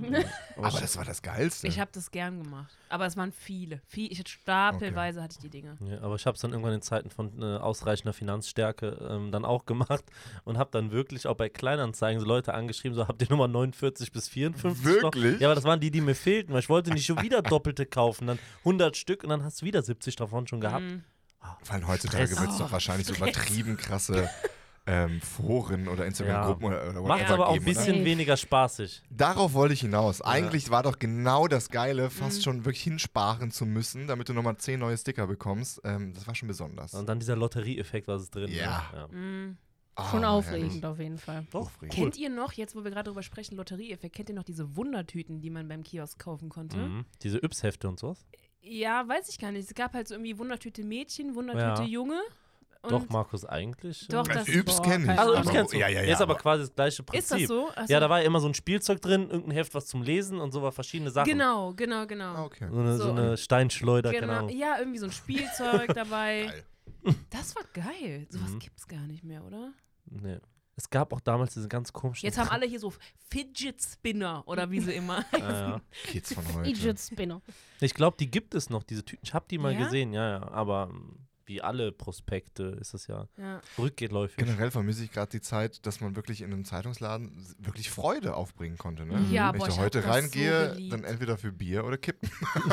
Aber das war das Geilste. Ich habe das gern gemacht. Aber es waren viele. Viel, ich hatte stapelweise hatte ich die Dinger. Ja, aber ich habe es dann irgendwann in Zeiten von äh, ausreichender Finanzstärke ähm, dann auch gemacht und habe dann wirklich auch bei Kleinanzeigen so Leute angeschrieben, so habt ihr Nummer neunundvierzig bis vierundfünfzig Wirklich? noch? Ja, aber das waren die, die mir fehlten, weil ich wollte nicht schon wieder Doppelte kaufen, dann hundert Stück und dann hast du wieder siebzig davon schon gehabt. Mhm. Vor allem heutzutage Stress. wird es doch wahrscheinlich so übertrieben krasse ähm, Foren oder Instagram-Gruppen oder, oder Macht whatever aber auch ein geben, oder? bisschen Safe. weniger spaßig. Darauf wollte ich hinaus. Eigentlich war doch genau das Geile, fast schon wirklich hinsparen zu müssen, damit du nochmal zehn neue Sticker bekommst. Ähm, das war schon besonders. Und dann dieser Lotterieeffekt, was ist drin. Ja. Ne? Ja. Mhm. Ah, Schon herrlich. aufregend auf jeden Fall. Doch, Aufregend. Kennt ihr noch, jetzt wo wir gerade drüber sprechen, Lotterieeffekt, kennt ihr noch diese Wundertüten, die man beim Kiosk kaufen konnte? Mhm. Diese Yps-Hefte und sowas. Ja, weiß ich gar nicht. Es gab halt so irgendwie Wundertüte Mädchen, Wundertüte Ja. Junge. Und Doch, Markus, eigentlich. Doch, äh, das- Yps boah, kenne ich. keine Also, Ahnung. Yps kennst du. Ja, ja, ja. Ist aber aber- quasi das gleiche Prinzip. Ist das so? Ach so. Ja, da war ja immer so ein Spielzeug drin, irgendein Heft, was zum Lesen und so war verschiedene Sachen. Genau, genau, genau. Ah, okay. So eine, so So, eine Steinschleuder, Genau. genau. Ja, irgendwie so ein Spielzeug dabei. Geil. Das war geil. Sowas Mhm. gibt's gar nicht mehr, oder? Nee. Es gab auch damals diese ganz komischen. Jetzt haben alle hier so Fidget Spinner oder wie sie immer. Ja, ja. Kids von heute. Fidget Spinner. Ich glaube, die gibt es noch, diese Tüten. Ich habe die mal Ja? gesehen, ja, ja. Aber ähm, wie alle Prospekte ist es ja Ja. rückläufig. Generell vermisse ich gerade die Zeit, dass man wirklich in einem Zeitungsladen s- wirklich Freude aufbringen konnte. Ne? Ja, Wenn boah, ich ich da hab heute das so reingehe, geliebt. dann entweder für Bier oder Kippen.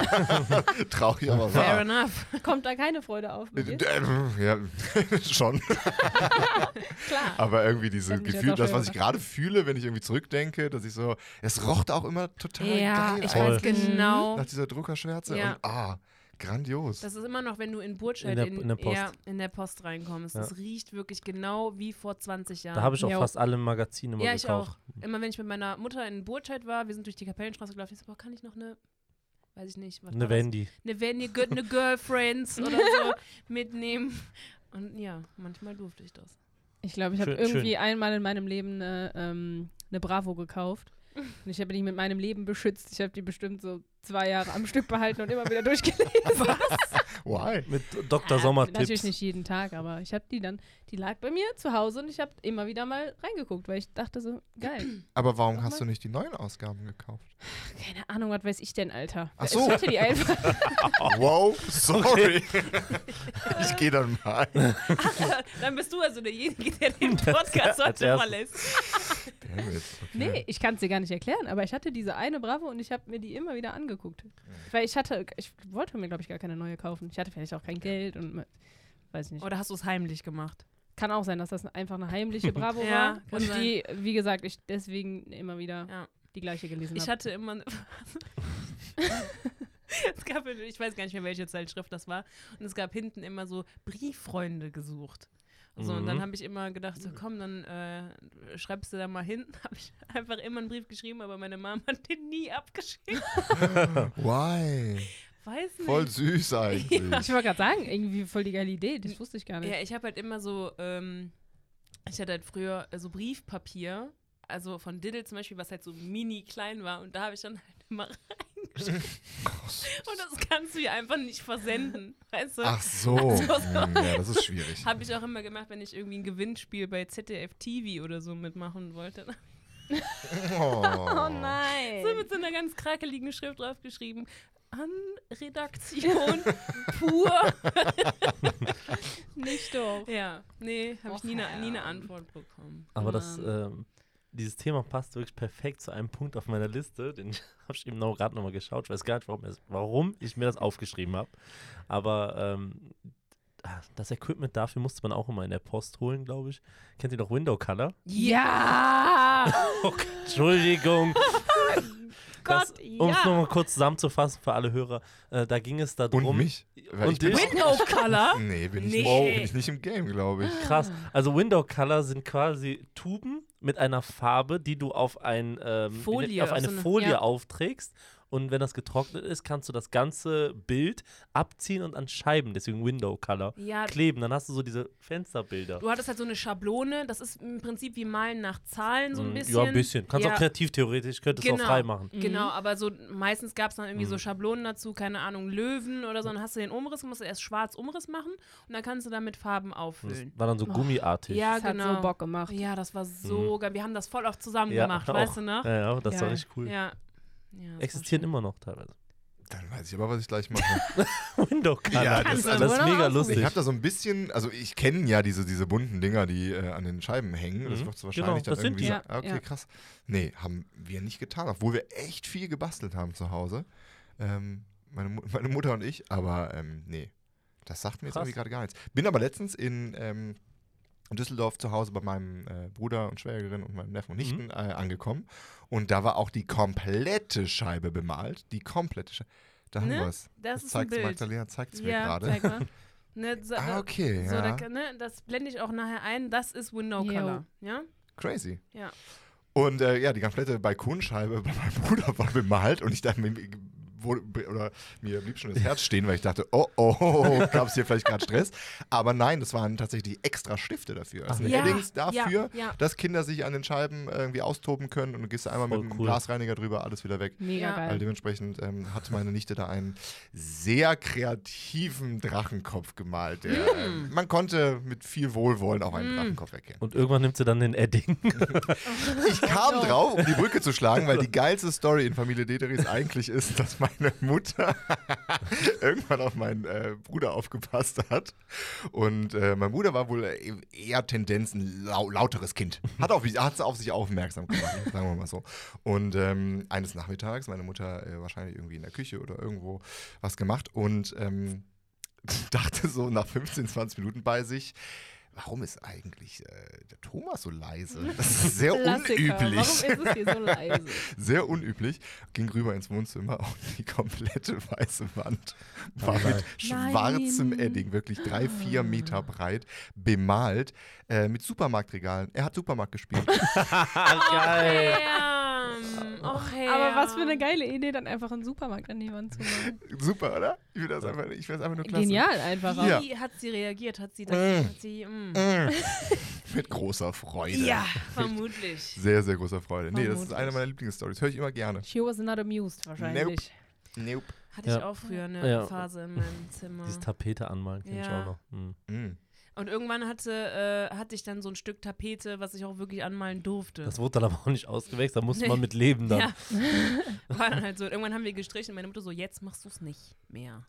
Traurig, aber Fair wahr. enough. Kommt da keine Freude auf mit dir? Äh, Ja, schon. Klar. Aber irgendwie dieses Hätte mich jetzt Gefühl, auch das, schon was ich gerade fühle, wenn ich irgendwie zurückdenke, dass ich so, es roch auch immer total Ja, geil ich aus. weiß genau. Nach dieser Druckerschwärze Ja. und ah, grandios. Das ist immer noch, wenn du in Burtscheid In in, der- in der Post. ja, in der Post reinkommst. Ja. Das riecht wirklich genau wie vor zwanzig Jahren. Da habe ich auch Jo. fast alle Magazine mal Ja, ich gekauft. auch. Immer wenn ich mit meiner Mutter in Burtscheid war, wir sind durch die Kapellenstraße gelaufen, ich so, boah, kann ich noch eine, weiß ich nicht, was Eine war das? Wendy. Eine Wendy, Gir- eine Girlfriends oder so mitnehmen. Und ja, manchmal durfte ich das. Ich glaube, ich habe Schön- irgendwie schön. einmal in meinem Leben eine, ähm, eine Bravo gekauft. Und ich habe die mit meinem Leben beschützt. Ich habe die bestimmt so zwei Jahre am Stück behalten und immer wieder durchgelesen. Why? Mit Doktor Ah, Sommer-Tipps. Natürlich nicht jeden Tag, aber ich habe die dann, die lag bei mir zu Hause und ich habe immer wieder mal reingeguckt, weil ich dachte so, geil. Aber warum Mach hast mal. du nicht die neuen Ausgaben gekauft? Keine Ahnung, was weiß ich denn, Alter. Ach so. Ich hatte die einfach. Wow, sorry. Ich gehe dann mal. Dann bist du also derjenige, der den Podcast Als heute erstes. verlässt. Damn it. Okay. Nee, ich kann es dir gar nicht erklären, aber ich hatte diese eine Bravo und ich habe mir die immer wieder angeguckt. Weil ich hatte, ich wollte mir, glaube ich, gar keine neue kaufen. Ich hatte vielleicht auch kein Geld und weiß nicht. Oder hast du es heimlich gemacht? Kann auch sein, dass das einfach eine heimliche Bravo Ja, war. kann Und sein. die, wie gesagt, ich deswegen immer wieder Ja. die gleiche gelesen Ich habe. hatte immer eine es gab, ich weiß gar nicht mehr, welche Zeitschrift das war. Und es gab hinten immer so Brieffreunde gesucht. So, Mhm. Und dann habe ich immer gedacht, so komm, dann äh, schreibst du da mal hin. Habe ich einfach immer einen Brief geschrieben, aber meine Mama hat den nie abgeschickt. Why? Weiß nicht. Voll süß eigentlich. Ich wollte gerade sagen, irgendwie voll die geile Idee. Das wusste ich gar nicht. Ja, ich habe halt immer so, ähm, ich hatte halt früher äh, so Briefpapier, also von Diddle zum Beispiel, was halt so mini klein war. Und da habe ich dann halt immer reingeschrieben. Und das kannst du ja einfach nicht versenden, weißt du? Ach so. Also, so. Hm, ja, das ist schwierig. Habe ich auch immer gemacht, wenn ich irgendwie ein Gewinnspiel bei Z D F T V oder so mitmachen wollte. Oh, oh nein. So mit so einer ganz krakeligen Schrift draufgeschrieben. An Redaktion pur. Nicht doof. Ja, nee, habe ich Och, nie eine ja. nie eine Antwort bekommen. Aber das, Mann. ähm, dieses Thema passt wirklich perfekt zu einem Punkt auf meiner Liste, den habe ich eben noch gerade nochmal geschaut. Ich weiß gar nicht, warum, es, warum ich mir das aufgeschrieben habe. Aber ähm, das Equipment dafür musste man auch immer in der Post holen, glaube ich. Kennt ihr noch Window Color? Ja! Oh, Entschuldigung. Gott, Um es ja. nochmal kurz zusammenzufassen für alle Hörer, äh, da ging es darum. Und mich? Weil Und ich bin dich? auch- Window Color? Nee, bin ich, Nee. Nicht, bin ich nicht im Game, glaube ich. Krass. Also Window Color sind quasi Tuben mit einer Farbe, die du auf, ein, ähm, Folie, auf eine auf so eine- Folie ja. aufträgst. Und wenn das getrocknet ist, kannst du das ganze Bild abziehen und an Scheiben, deswegen Window Color, Ja, kleben. Dann hast du so diese Fensterbilder. du hattest halt so eine Schablone. Das ist im Prinzip wie Malen nach Zahlen so ein Mm, bisschen. Ja, ein bisschen. Kannst Ja. auch kreativ theoretisch, könntest Genau. auch frei machen. Genau, aber so meistens gab es dann irgendwie so Mhm. Schablonen dazu, keine Ahnung, Löwen oder so. Dann hast du den Umriss, musst du erst schwarz Umriss machen und dann kannst du damit Farben Das auffüllen. war dann so gummiartig. Ja, Das hat genau. so Bock gemacht. Ja, das war so geil. Wir haben das voll oft zusammen Ja, gemacht, auch. weißt du noch? Ja, ja, das war Geil. richtig cool. Ja. Ja, das war Existieren schön. immer noch teilweise. Dann weiß ich aber, was ich gleich mache. Window Color. Ja, das, das- das, also- ist mega lustig. Ich habe da so ein bisschen, also ich kenne ja diese, diese bunten Dinger, die äh, an den Scheiben hängen. Das Mhm. wird wahrscheinlich Genau, das dann sind irgendwie. die. Ah, okay, Ja. krass. Nee, haben wir nicht getan, obwohl wir echt viel gebastelt haben zu Hause. Ähm, meine, Mu- meine Mutter und ich, aber ähm, nee, das sagt mir jetzt Krass. irgendwie gerade gar nichts. Bin aber letztens in, ähm, in Düsseldorf zu Hause bei meinem äh, Bruder und Schwägerin und meinem Neffen und Nichten Mhm. äh, angekommen und da war auch die komplette Scheibe bemalt. Die komplette Scheibe. Da haben Ne? wir es. Das ist ein zeigt Bild. Magdalena zeigt es mir Ja, gerade. Zeig mal. Ne, so, Ah, okay, so, ja. da, ne, das blende ich auch nachher ein. Das ist Window Jo. Color. Ja? Crazy. Ja. Und äh, ja, die komplette Balkonscheibe bei meinem Bruder war bemalt und ich dachte mir, wo, oder mir blieb schon das Herz stehen, weil ich dachte, oh, oh, gab es hier vielleicht gerade Stress. Aber nein, das waren tatsächlich extra Stifte dafür. Also Ach, ja, ja, Eddings dafür, ja, ja. dass Kinder sich an den Scheiben irgendwie austoben können und du gehst da einmal Voll mit einem cool. Glasreiniger drüber, alles wieder weg. Mega Ja. geil. Also dementsprechend ähm, hat meine Nichte da einen sehr kreativen Drachenkopf gemalt. Der, ähm, man konnte mit viel Wohlwollen auch einen Mm. Drachenkopf erkennen. Und irgendwann nimmt sie dann den Edding. Ich kam drauf, um die Brücke zu schlagen, weil die geilste Story in Familie Deteris eigentlich ist, dass meine Mutter irgendwann auf meinen äh, Bruder aufgepasst hat. Und äh, mein Bruder war wohl äh, eher Tendenz ein lau lauteres Kind. Hat auf, hat auf sich aufmerksam gemacht, sagen wir mal so. Und ähm, eines Nachmittags, meine Mutter äh, wahrscheinlich irgendwie in der Küche oder irgendwo was gemacht und ähm, dachte so nach fünfzehn, zwanzig Minuten bei sich, warum ist eigentlich äh, der Thomas so leise? Das ist sehr Klassiker. unüblich. Warum ist es hier so leise? Sehr unüblich. Ging rüber ins Wohnzimmer und die komplette weiße Wand war Oh nein. mit schwarzem Nein. Edding, wirklich drei, vier Meter breit, bemalt, äh, mit Supermarktregalen. Er hat Supermarkt gespielt. Geil. Damn. Och, Aber was für eine geile Idee, dann einfach einen Supermarkt an die Wand zu machen. Super, oder? Ich finde das einfach, ich finde das einfach nur klasse. Genial einfach. auch. Ja. Wie hat sie reagiert? Hat sie das? Mm. Hat sie, mm. Mm. Mit großer Freude. Ja, vermutlich. Sehr, sehr großer Freude. Nee, das ist Vermutlich. eine meiner Lieblingsstories. Höre ich immer gerne. She was not amused wahrscheinlich. Nope. Hatte ich Ja. auch früher eine Ja. Phase in meinem Zimmer. Diese Tapete anmalen kenne ich Ja. auch noch. Hm. Mm. Und irgendwann hatte, äh, hatte ich dann so ein Stück Tapete, was ich auch wirklich anmalen durfte. Das wurde dann aber auch nicht ausgewechselt, da musste Nee. man mit leben dann. Ja. War dann halt so. Irgendwann haben wir gestrichen und meine Mutter so, jetzt machst du es nicht mehr.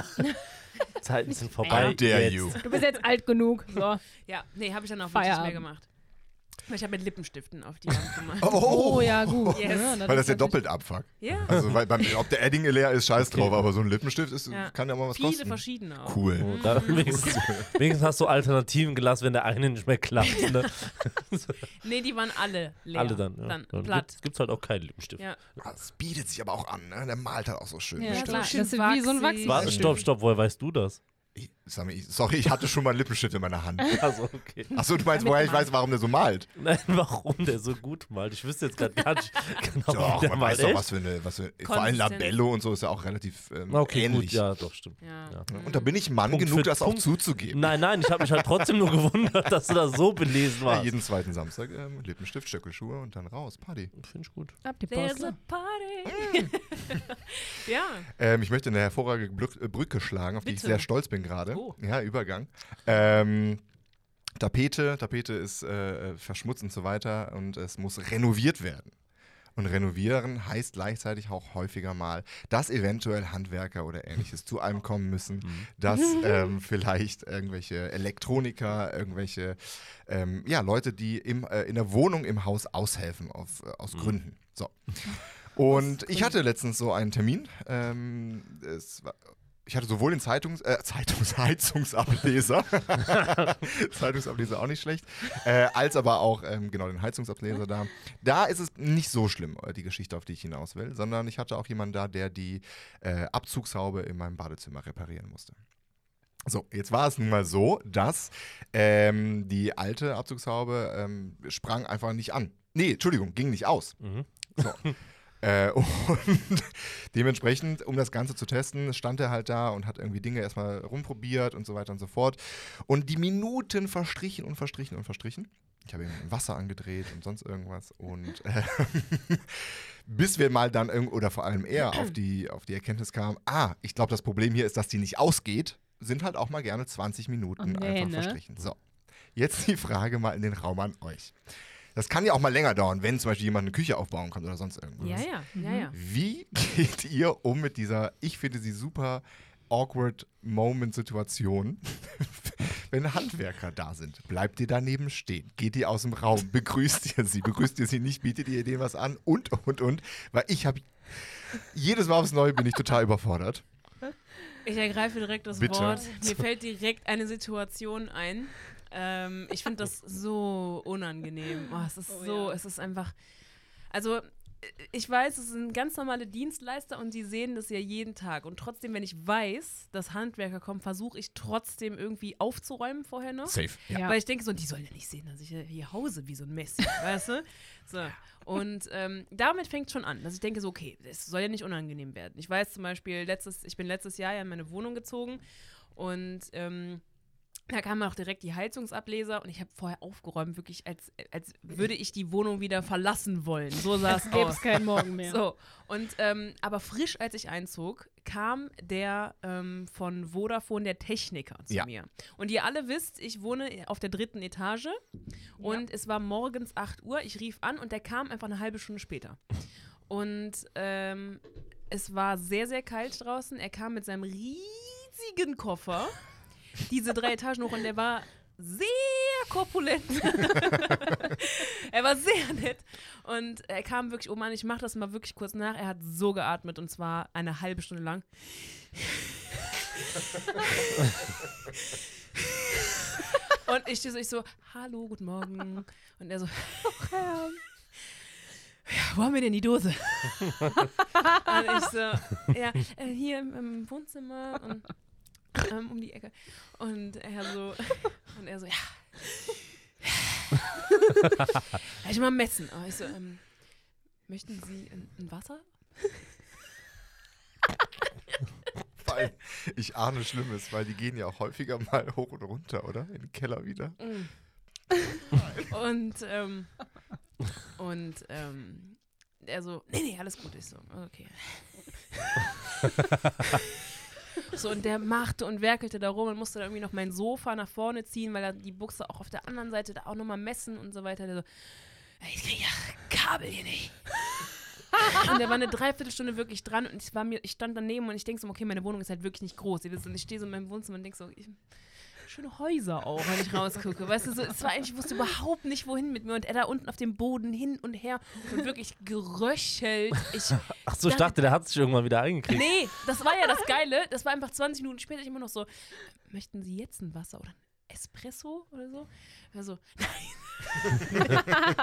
Zeiten sind vorbei. How dare jetzt. you. Du bist jetzt alt genug. So. Ja, nee, habe ich dann auch wirklich nicht mehr Feierabend. gemacht. Weil ich habe mit Lippenstiften auf die Wand gemalt. Oh, ja, gut. Yes. Ja, das Weil das ist ja natürlich- doppelt abfuckt. Ja, Also, weil beim, ob der Edding leer ist, scheiß Okay. drauf, aber so ein Lippenstift ist, Ja. kann ja mal was viele kosten. verschiedene auch. Cool. Oh, da, wenigstens, wenigstens hast du Alternativen gelassen, wenn der eine nicht mehr klappt. Ne? Nee, die waren alle leer. Alle dann. Ja. Dann Dann platt. gibt es halt auch keinen Lippenstift. Ja. Das bietet sich aber auch an, ne? Der malt halt auch so schön. Ja, Ja, klar. so Das ist schön wie so ein wachsig. Wachs. Warte, stopp, stopp, woher weißt du das? Ich, sag mir, ich, sorry, ich hatte schon mal einen Lippenstift in meiner Hand. Also, okay. Achso, du meinst, woher ich weiß, warum der so malt? Nein, warum der so gut malt? Ich wüsste jetzt gerade gar nicht genau, Doch, wie der man malt. weiß doch, Echt? was für eine, was für, vor allem Konsistenz. Labello und so ist ja auch relativ ähm, Okay, ähnlich. gut, ja, doch, stimmt. Ja. Ja. Und da bin ich Mann Punkt genug, für das auch Punkt. zuzugeben. Nein, nein, ich habe mich halt trotzdem nur gewundert, dass du da so belesen Ja, warst. jeden zweiten Samstag ähm, Lippenstift, Stöckelschuhe und dann raus, Party. Finde ich gut. Ab die There's Post. a party. ja. Ähm, ich möchte eine hervorragende Blück- äh, Brücke schlagen, auf die ich Bitte. sehr stolz bin gerade. Oh. Ja, Übergang. Ähm, Tapete, Tapete ist äh, verschmutzt und so weiter und es muss renoviert werden. Und renovieren heißt gleichzeitig auch häufiger mal, dass eventuell Handwerker oder ähnliches zu einem kommen müssen, dass ähm, vielleicht irgendwelche Elektroniker, irgendwelche ähm, ja, Leute, die im, äh, in der Wohnung im Haus aushelfen auf, äh, aus Gründen. So. Und ich hatte letztens so einen Termin. Ähm, es war, ich hatte sowohl den Zeitungs, äh, Zeitungsheizungsableser, Zeitungsableser auch nicht schlecht, äh, als aber auch ähm, genau den Heizungsableser da. Da ist es nicht so schlimm, äh, die Geschichte, auf die ich hinaus will, sondern ich hatte auch jemanden da, der die äh, Abzugshaube in meinem Badezimmer reparieren musste. So, jetzt war es nun mal so, dass ähm, die alte Abzugshaube ähm, sprang einfach nicht an. Nee, Entschuldigung, ging nicht aus. Mhm. So. Äh, und dementsprechend, um das Ganze zu testen, stand er halt da und hat irgendwie Dinge erstmal rumprobiert und so weiter und so fort. Und die Minuten verstrichen und verstrichen und verstrichen. Ich habe ihm Wasser angedreht und sonst irgendwas. Und äh, bis wir mal dann, irgend oder vor allem er, auf die, auf die Erkenntnis kam, ah, ich glaube, das Problem hier ist, dass die nicht ausgeht, sind halt auch mal gerne zwanzig Minuten Oh, nee, einfach ne? verstrichen. So, jetzt die Frage mal in den Raum an euch. Das kann ja auch mal länger dauern, wenn zum Beispiel jemand eine Küche aufbauen kann oder sonst irgendwas. Ja, ja, ja, ja. Wie geht ihr um mit dieser, ich finde sie super awkward Moment-Situation, wenn Handwerker da sind? Bleibt ihr daneben stehen? Geht ihr aus dem Raum? Begrüßt ihr sie? Begrüßt ihr sie nicht? Bietet ihr denen was an? Und, und, und. Weil ich habe, jedes Mal aufs Neue bin ich total überfordert. Ich ergreife direkt das Bitte. Wort. Mir fällt direkt eine Situation ein. Ähm, ich finde das so unangenehm. Oh, es ist Oh, so, ja. es ist einfach. Also, ich weiß, es sind ganz normale Dienstleister und die sehen das ja jeden Tag. Und trotzdem, wenn ich weiß, dass Handwerker kommen, versuche ich trotzdem irgendwie aufzuräumen vorher noch. Safe. Ja. Weil ich denke so, die sollen ja nicht sehen, dass ich hier hause wie so ein Messi, weißt du? So. Und ähm, damit fängt schon an, dass ich denke so, okay, es soll ja nicht unangenehm werden. Ich weiß zum Beispiel, letztes, ich bin letztes Jahr ja in meine Wohnung gezogen und ähm, da kamen auch direkt die Heizungsableser und ich habe vorher aufgeräumt, wirklich als, als würde ich die Wohnung wieder verlassen wollen. So sah es Gäbe aus. es keinen Morgen mehr. So, und ähm, aber frisch, als ich einzog, kam der ähm, von Vodafone, der Techniker, zu Ja. mir. Und ihr alle wisst, ich wohne auf der dritten Etage und es war morgens acht Uhr. Ich rief an und der kam einfach eine halbe Stunde später. Und ähm, es war sehr, sehr kalt draußen. Er kam mit seinem riesigen Koffer diese drei Etagen hoch und der war sehr korpulent. Er war sehr nett und er kam wirklich oben an. Ich mache das mal wirklich kurz nach. Er hat so geatmet und zwar eine halbe Stunde lang. Und ich stehe so, ich so, hallo, guten Morgen. Und er so, ja, wo haben wir denn die Dose? Und ich so, ja, äh, hier im, im Wohnzimmer und ähm, um die Ecke. Und er so, und er so, ja. Ja, ich mal messen. Aber ich so, ähm, möchten Sie ein, ein Wasser? Weil ich ahne Schlimmes, weil die gehen ja auch häufiger mal hoch und runter, oder? In den Keller wieder. Und, ähm, und, ähm, er so, nee, nee, alles gut. Ich so, okay. So, und der machte und werkelte da rum und musste dann irgendwie noch mein Sofa nach vorne ziehen, weil er die Buchse auch auf der anderen Seite da auch nochmal messen und so weiter. Der so, ich krieg ja Kabel hier nicht. Und der war eine Dreiviertelstunde wirklich dran und ich, war mir, ich stand daneben und ich denke so, okay, meine Wohnung ist halt wirklich nicht groß. Ihr wisst, und ich stehe so in meinem Wohnzimmer und denke so, ich, schöne Häuser auch, wenn ich rausgucke. Weißt du, so, es war eigentlich, ich wusste überhaupt nicht, wohin mit mir. Und er da unten auf dem Boden hin und her und wirklich geröchelt. Ich, Ach so, ich dachte, der hat sich irgendwann wieder eingekriegt. Nee, das war ja das Geile. Das war einfach zwanzig Minuten später, ich immer noch so, möchten Sie jetzt ein Wasser oder ein Espresso oder so? Also, nein.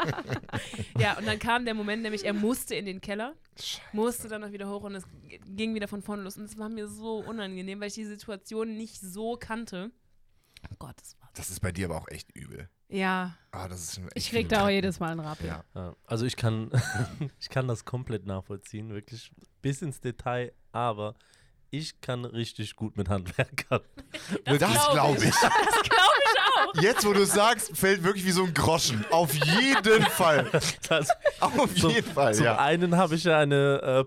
Ja, und dann kam der Moment, nämlich er musste in den Keller, Scheiße. musste dann noch wieder hoch und es ging wieder von vorne los. Und es war mir so unangenehm, weil ich die Situation nicht so kannte. Oh Gott, das war... Das ist bei dir aber auch echt übel. Ja. Ah, das ist schon echt Ich krieg viel da auch Dreck. jedes Mal einen Rappel. Ja. Ja, also ich kann, ich kann das komplett nachvollziehen, wirklich bis ins Detail, aber ich kann richtig gut mit Handwerkern. Das, das glaub glaube ich. ich. Das glaube ich auch. Jetzt, wo du sagst, fällt wirklich wie so ein Groschen. Auf jeden Fall. Das, Auf zum, jeden Fall, zum ja. einen habe ich ja eine äh,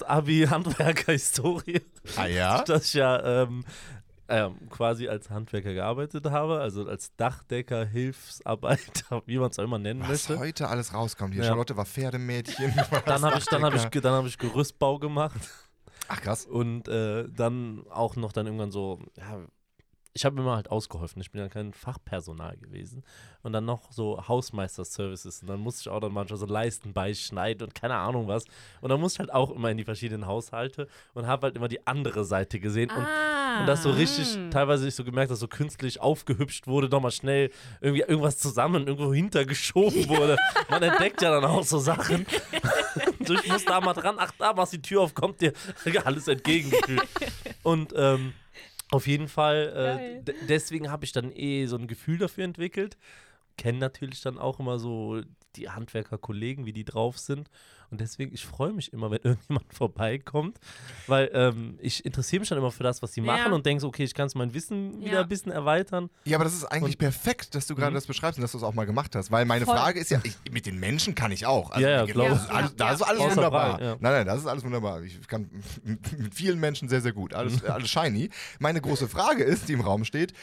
Post-Abi-Handwerker-Historie, Ah ja? dass ich ja ähm, ähm, quasi als Handwerker gearbeitet habe, also als Dachdecker, Hilfsarbeiter, wie man es auch immer nennen Was möchte. heute alles rauskommt. Hier, Ja. Charlotte war Pferdemädchen. Dann habe ich, dann hab ich, ge- dann hab ich Gerüstbau gemacht. Ach krass. Und äh, dann auch noch dann irgendwann so, ja, ich habe immer halt ausgeholfen. Ich bin ja kein Fachpersonal gewesen. Und dann noch so Hausmeister-Services. Und dann musste ich auch dann manchmal so Leisten beischneiden und keine Ahnung was. Und dann musste ich halt auch immer in die verschiedenen Haushalte und habe halt immer die andere Seite gesehen. Und, Ah. und das so richtig, teilweise ich so gemerkt, dass so künstlich aufgehübscht wurde, nochmal schnell irgendwie irgendwas zusammen irgendwo hintergeschoben wurde. Man entdeckt ja dann auch so Sachen. So, ich muss da mal dran, ach da, machst die Tür auf, kommt dir alles entgegengekühlt. Und ähm, auf jeden Fall, äh, d- deswegen habe ich dann eh so ein Gefühl dafür entwickelt. Kenne natürlich dann auch immer so die Handwerker-Kollegen, wie die drauf sind. Und deswegen, ich freue mich immer, wenn irgendjemand vorbeikommt, weil ähm, ich interessiere mich dann immer für das, was die Ja. machen und denke so, okay, ich kann mein Wissen wieder Ja. ein bisschen erweitern. Ja, aber das ist eigentlich Und- perfekt, dass du gerade Mhm. das beschreibst und dass du es auch mal gemacht hast. Weil meine Voll. Frage ist ja, ich, mit den Menschen kann ich auch. Also, Ja, ja, mir- glaub das ich. ist alles, da Ja, ist alles ja. wunderbar. Außer Brei, ja. Nein, nein, das ist alles wunderbar. Ich kann mit vielen Menschen sehr, sehr gut. Alles, alles shiny. Meine große Frage ist, die im Raum steht,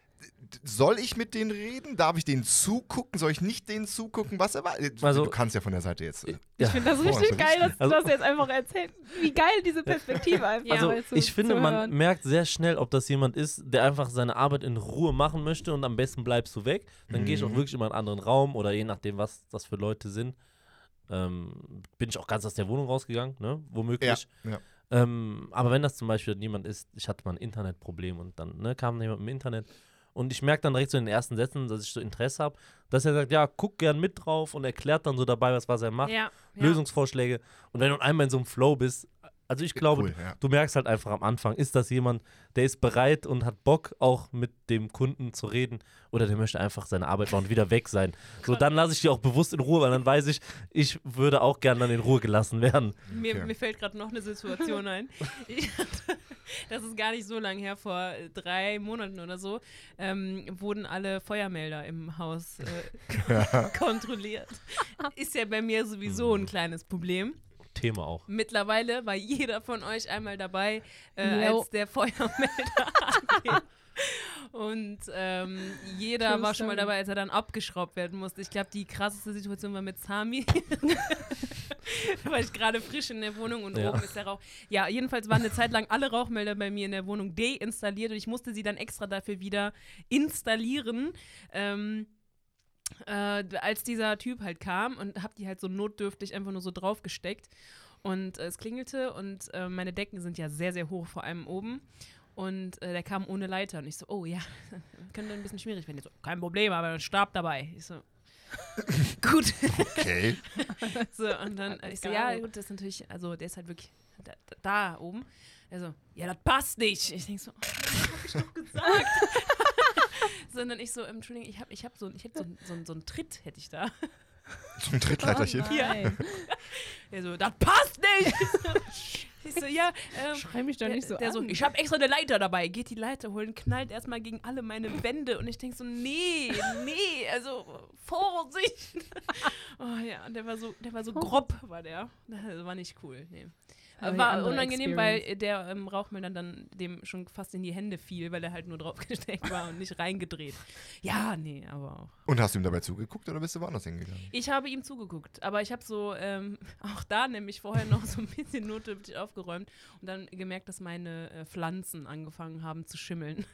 soll ich mit denen reden? Darf ich denen zugucken? Soll ich nicht denen zugucken? Was erwartet? Also- du kannst ja von der Seite jetzt. äh, Ja. Ich finde das Oh, richtig das ist geil, dass du Also- das jetzt einfach erzählst. Wie geil diese Perspektive einfach Ja. Also mal zu, ich finde, zu man hören. merkt sehr schnell, ob das jemand ist, der einfach seine Arbeit in Ruhe machen möchte und am besten bleibst du weg. Dann gehe ich auch Mhm. wirklich in einen anderen Raum oder je nachdem, was das für Leute sind, ähm, bin ich auch ganz aus der Wohnung rausgegangen, ne? Womöglich. Ja, ja. Ähm, aber wenn das zum Beispiel jemand ist, ich hatte mal ein Internetproblem und dann ne, kam jemand im Internet und ich merke dann direkt so in den ersten Sätzen, dass ich so Interesse habe, dass er sagt, ja, guck gern mit drauf und erklärt dann so dabei, was, was er macht, Ja. ja. Lösungsvorschläge. Und wenn du einmal in so einem Flow bist, also ich glaube, Cool, ja. du merkst halt einfach am Anfang, ist das jemand, der ist bereit und hat Bock, auch mit dem Kunden zu reden oder der möchte einfach seine Arbeit machen und wieder weg sein. So, dann lasse ich die auch bewusst in Ruhe, weil dann weiß ich, ich würde auch gerne dann in Ruhe gelassen werden. Mir, Okay. mir fällt gerade noch eine Situation ein. Ich hatte, das ist gar nicht so lange her, vor äh, drei Monaten oder so, ähm, wurden alle Feuermelder im Haus äh, kontrolliert. Ist ja bei mir sowieso ein kleines Problem. Thema auch. Mittlerweile war jeder von euch einmal dabei, äh, Jo. als der Feuermelder anging. Und ähm, jeder True war schon mal story. dabei, als er dann abgeschraubt werden musste. Ich glaube, die krasseste Situation war mit Sami. Da war ich gerade frisch in der Wohnung und Ja. oben ist der Rauch. Ja, jedenfalls waren eine Zeit lang alle Rauchmelder bei mir in der Wohnung deinstalliert und ich musste sie dann extra dafür wieder installieren. Ähm, äh, als dieser Typ halt kam und hab die halt so notdürftig einfach nur so draufgesteckt und äh, es klingelte und äh, meine Decken sind ja sehr, sehr hoch, vor allem oben und äh, der kam ohne Leiter und ich so, oh ja, könnte ein bisschen schwierig werden. Die so, kein Problem, aber ein Stab dabei. Ich so, gut. Okay. So, und dann äh, ich so, ja gut, das ist natürlich, also der ist halt wirklich da, da, da oben. Er so, ja, das passt nicht. Ich denk so, oh, das hab ich doch gesagt. Sondern ich so, Entschuldigung, ich hab, ich hab so, ich hätte so, so, so einen Tritt hätte ich da. Zum Trittleiterchen. Oh nein. Der so, das passt nicht. Ich so, ja, ähm, Schrei mich doch der, nicht so der an. so, ich habe extra eine Leiter dabei. Geht die Leiter holen, knallt erstmal gegen alle meine Wände und ich denk so, nee, nee, also Vorsicht. Oh ja, und der war so, der war so grob, war der. Das war nicht cool, nee. Habe ich war andere unangenehm, Experience. weil der ähm, Rauchmelder dann dem schon fast in die Hände fiel, weil er halt nur draufgesteckt war und nicht reingedreht. Ja, nee, aber auch. Und hast du ihm dabei zugeguckt oder bist du woanders hingegangen? Ich habe ihm zugeguckt, aber ich habe so ähm, auch da nämlich vorher noch so ein bisschen notdürftig aufgeräumt und dann gemerkt, dass meine äh, Pflanzen angefangen haben zu schimmeln.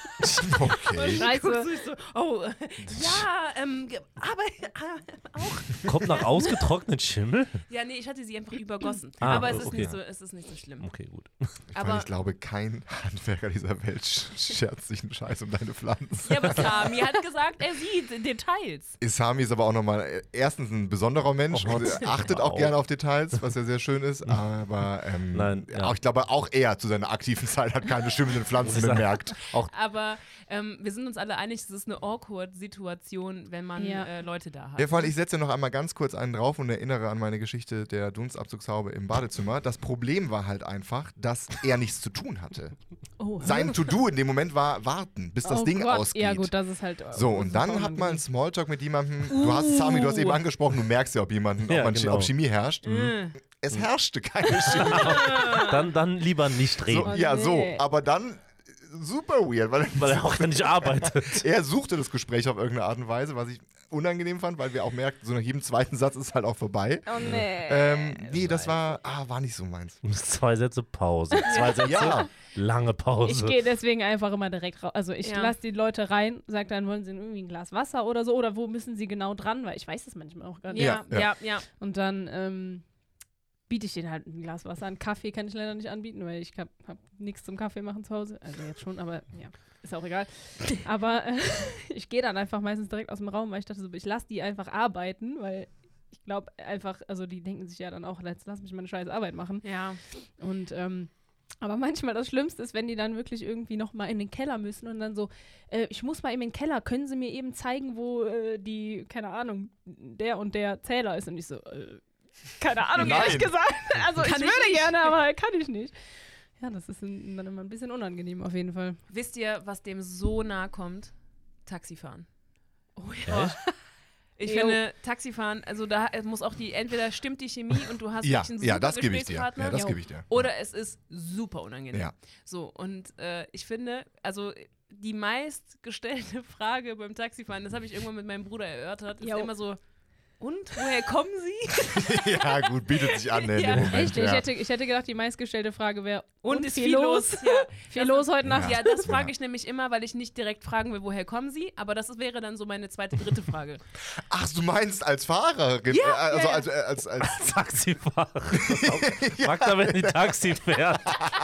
Okay. Scheiße. Guckst du so, oh, äh, ja, ähm, ge- aber äh, auch. Kommt nach ausgetrocknet Schimmel? Ja, nee, ich hatte sie einfach übergossen. Ah, aber es ist, okay. nicht so, es ist nicht so schlimm. Okay, gut. Ich, Aber- meine, ich glaube, kein Handwerker dieser Welt sch- scherzt sich einen Scheiß um deine Pflanzen. Ja, aber Sami hat gesagt, er sieht Details. Isami ist aber auch nochmal äh, erstens ein besonderer Mensch Oh, und äh, achtet auch wow. gerne auf Details, was ja sehr schön ist. Aber ähm, Nein, ja. auch, ich glaube, auch er zu seiner aktiven Zeit hat keine schimmelnden Pflanzen Muss ich sagen. bemerkt. Auch Aber ähm, wir sind uns alle einig, es ist eine awkward Situation, wenn man Ja. äh, Leute da hat. Ja, vor allem, ich setze noch einmal ganz kurz einen drauf und erinnere an meine Geschichte der Dunstabzugshaube im Badezimmer. Das Problem war halt einfach, dass er nichts zu tun hatte. Oh, Sein To-Do in dem Moment war warten, bis das oh Ding Gott. ausgeht. Ja gut, das ist halt So, und super dann hat man unangenehm. einen Smalltalk mit jemandem. Du hast Sami, du hast eben angesprochen, du merkst ja, ob jemanden, Ja, ob, man, genau. ob Chemie herrscht. Äh. Es herrschte keine Chemie. dann, dann lieber nicht So, reden, Oh, ja, so. nee. Aber dann äh, super weird, weil, weil er auch gar nicht arbeitet. er suchte das Gespräch auf irgendeine Art und Weise, was ich unangenehm fand, weil wir auch merkten, so nach jedem zweiten Satz ist halt auch vorbei. Oh nee. Ähm, nee, das war, ah, war nicht so meins. Zwei Sätze Pause. Zwei Sätze, Ja. lange Ich Pause. gehe deswegen einfach immer direkt raus. Also ich Ja. lasse die Leute rein, sage dann, wollen sie irgendwie ein Glas Wasser oder so oder wo müssen sie genau dran, weil ich weiß das manchmal auch gar nicht. Ja, Ja, ja, ja. ja. Und dann ähm, biete ich denen halt ein Glas Wasser an. Kaffee kann ich leider nicht anbieten, weil ich habe hab nichts zum Kaffee machen zu Hause. Also jetzt schon, aber ja, ist auch egal. Aber äh, ich gehe dann einfach meistens direkt aus dem Raum, weil ich dachte so, ich lasse die einfach arbeiten, weil ich glaube einfach, also die denken sich ja dann auch, jetzt lass mich meine scheiß Arbeit machen. Ja. Und ähm, aber manchmal das Schlimmste ist, wenn die dann wirklich irgendwie noch mal in den Keller müssen und dann so, äh, ich muss mal in den Keller, können Sie mir eben zeigen, wo äh, die, keine Ahnung, der und der Zähler ist? Und ich so, äh, keine Ahnung, Nein. ehrlich gesagt. Also Kann ich ich würde nicht. gerne, aber kann ich nicht. Ja, das ist ein, dann immer ein bisschen unangenehm auf jeden Fall. Wisst ihr, was dem so nahe kommt? Taxifahren. Oh Echt? Ich Jo. finde, Taxifahren, also da muss auch die, entweder stimmt die Chemie und du hast Ja, wirklich einen ja, super das gebe ich dir. Gesprächspartner, Ja, das Jo. gebe ich dir. oder es ist super unangenehm. Ja. So, und äh, ich finde, also die meistgestellte Frage beim Taxifahren, das habe ich irgendwann mit meinem Bruder erörtert, ist Jo. immer so, und, woher kommen Sie? Ja, gut, bietet sich an ne, in Ja, dem Moment. Echt? Ja. Ich, hätte, ich hätte gedacht, die meistgestellte Frage wäre, Und, ist viel los? Ja. Viel los heute Nacht? Ja, das frage Ja. ich nämlich immer, weil ich nicht direkt fragen will, woher kommen Sie, aber das ist- wäre dann so meine zweite, dritte Frage. Ach, du meinst als Fahrerin? Ja, äh, also ja, ja. als, äh, als, als Taxifahrer. Fragt er, wenn die Taxi fährt.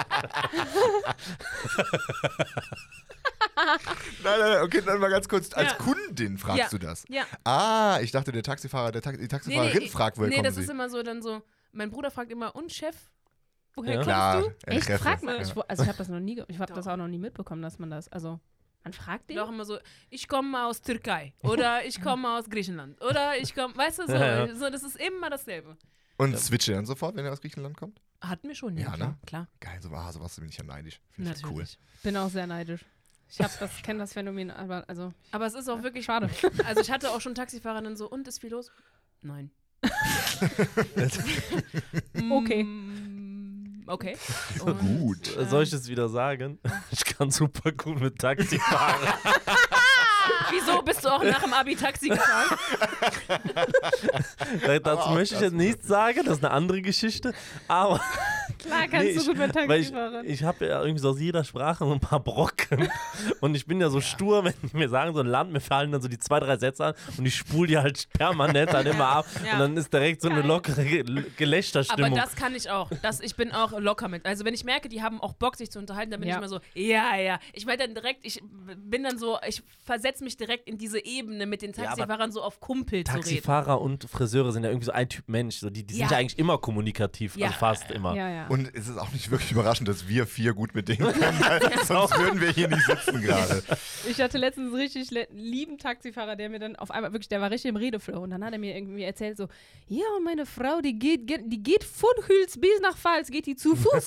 Nein, nein, nein, okay, dann mal ganz kurz. Als Ja. Kundin fragst Ja. du das? Ja. Ah, ich dachte, der Taxifahrer, der Taxi, die Taxifahrerin fragt, woher nee, kommen das sie? ist immer so dann so, mein Bruder fragt immer, und Chef, woher Ja. kommst Klar, du? äh, Echt? Treffer. Frag mal. Ja. Ich, wo- also ich habe das noch nie, ge- ich habe Doch. das auch noch nie mitbekommen, dass man das, also man fragt den? Doch immer so, ich komme aus Türkei oder ich komme aus Griechenland oder ich komme, weißt du, so, Ja, ja. so, das ist immer dasselbe. Und switcht er dann sofort, wenn er aus Griechenland kommt? Hatten wir schon, ja, Ja, klar. ne? klar. Geil, so, ah, sowas bin ich ja neidisch. Finde ich ja cool. Natürlich. Bin auch sehr neidisch. Ich hab das, kenne das Phänomen, aber also Aber es ist auch wirklich schade. Also ich hatte auch schon Taxifahrer dann so, und ist viel los? Nein. Okay. Mm, Okay. Und, Gut. Soll ich es wieder sagen? Ich kann super gut mit Taxi fahren. wieso bist du auch nach dem Abi Taxi gefahren? Da- Dazu auch möchte ich das jetzt nichts sagen, das ist eine andere Geschichte. Aber Klar kannst Nee, du ich- gut mit weil Taxi ich, fahren. ich habe ja irgendwie so aus jeder Sprache so ein paar Brocken. Und ich bin ja so stur, wenn die mir sagen, so ein Land, mir fallen dann so die zwei, drei Sätze an und ich spule die halt permanent dann immer ab. Ja. Und dann ist direkt so eine Geil. lockere Ge Aber Gelächterstimmung. das kann ich auch. Das, ich bin auch locker mit. Also wenn ich merke, die haben auch Bock, sich zu unterhalten, dann bin Ja. ich immer so, ja, ja. Ich werde dann direkt, ich bin dann so, ich versetze mich direkt in diese Ebene mit den Ja, aber Taxifahrern so auf Kumpel zu reden. Taxifahrer und Friseure sind ja irgendwie so ein Typ Mensch. So, die die sind Ja. ja eigentlich immer kommunikativ, Ja. also fast immer. Ja, ja. Und es ist auch nicht wirklich überraschend, dass wir vier gut mit denen können, weil sonst würden wir hier nicht sitzen gerade. Ich hatte letztens einen richtig le- lieben Taxifahrer, der mir dann auf einmal, wirklich, der war richtig im Redeflow. Und dann hat er mir irgendwie erzählt so, ja, und meine Frau, die geht, ge- die geht von Hüls bis nach Pfalz, geht die zu Fuß.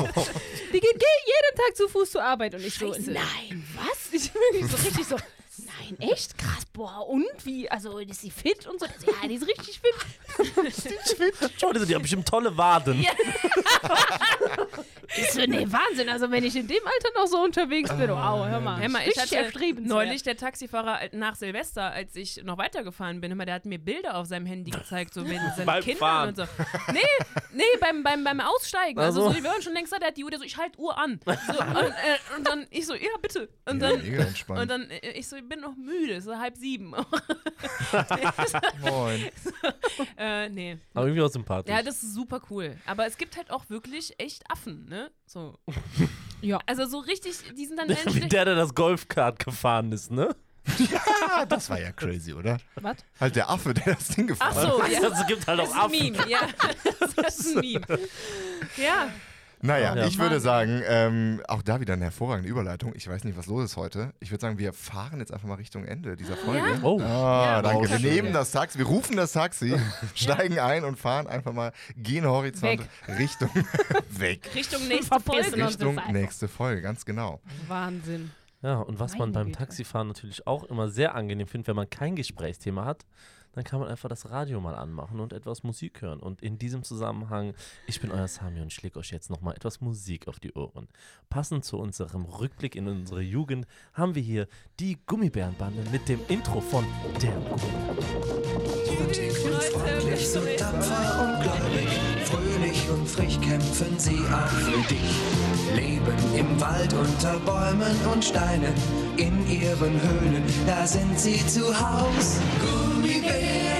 die geht, geht jeden Tag zu Fuß zur Arbeit. Und ich so, Scheiße. nein, was? Ich wirklich so richtig so, nein. Nein, echt? Krass, boah, und wie? Also, ist sie fit und so? Ja, die ist richtig fit. Schau dir, die haben bestimmt tolle Waden. Ja. Ist so, nee, Wahnsinn. Also, wenn ich in dem Alter noch so unterwegs bin, wow, hör mal. Hör mal, ich richtig hatte erstrebenswert. neulich der Taxifahrer nach Silvester, als ich noch weitergefahren bin, hör mal, der hat mir Bilder auf seinem Handy gezeigt, so mit seinen Beim Kindern Fahren. und so. Nee, nee, beim, beim, beim Aussteigen. Also, Also. so, wir waren schon längst da, der hat die Uhr, der so, ich halt Uhr an. So, und, äh, und dann ich so, ja, bitte. Und Ja, dann, mega entspannt. und dann äh, ich so, ich bin noch müde, es ist halb sieben. Moin. äh, nee. Aber irgendwie auch sympathisch. Ja, das ist super cool. Aber es gibt halt auch wirklich echt Affen, ne? So. Ja. Also so richtig, die sind dann Wie menschlich. der, der das Golfkart gefahren ist, ne? Ja, das war ja crazy, oder? Was? Halt der Affe, der das Ding gefahren Ach so, hat. ja. Also, es gibt halt Das auch ist ein Affen. Meme, ja. Das ist ein Meme. Ja. Naja, Ja. ich würde sagen, ähm, auch da wieder eine hervorragende Überleitung. Ich weiß nicht, was los ist heute. Ich würde sagen, wir fahren jetzt einfach mal Richtung Ende dieser Folge. Ja? Oh. Ah, Ja, danke. oh, Wir schön. nehmen das Taxi, wir rufen das Taxi, steigen ein und fahren einfach mal gen Horizont Weg. Richtung weg. Richtung nächste Verpissen Folge. uns. Richtung einfach. nächste Folge, ganz genau. Wahnsinn. Ja, und was man Meine beim Güte. Taxifahren natürlich auch immer sehr angenehm findet, wenn man kein Gesprächsthema hat, dann kann man einfach das Radio mal anmachen und etwas Musik hören. Und in diesem Zusammenhang, ich bin euer Sami und ich lege euch jetzt nochmal etwas Musik auf die Ohren. Passend zu unserem Rückblick in unsere Jugend haben wir hier die Gummibärenbande mit dem Intro von Der Freundlich, so tapfer und gläubig, fröhlich und frisch kämpfen sie auch für dich. Leben im Wald unter Bäumen und Steinen, in ihren Höhlen, da sind sie zu Haus. Gummibären.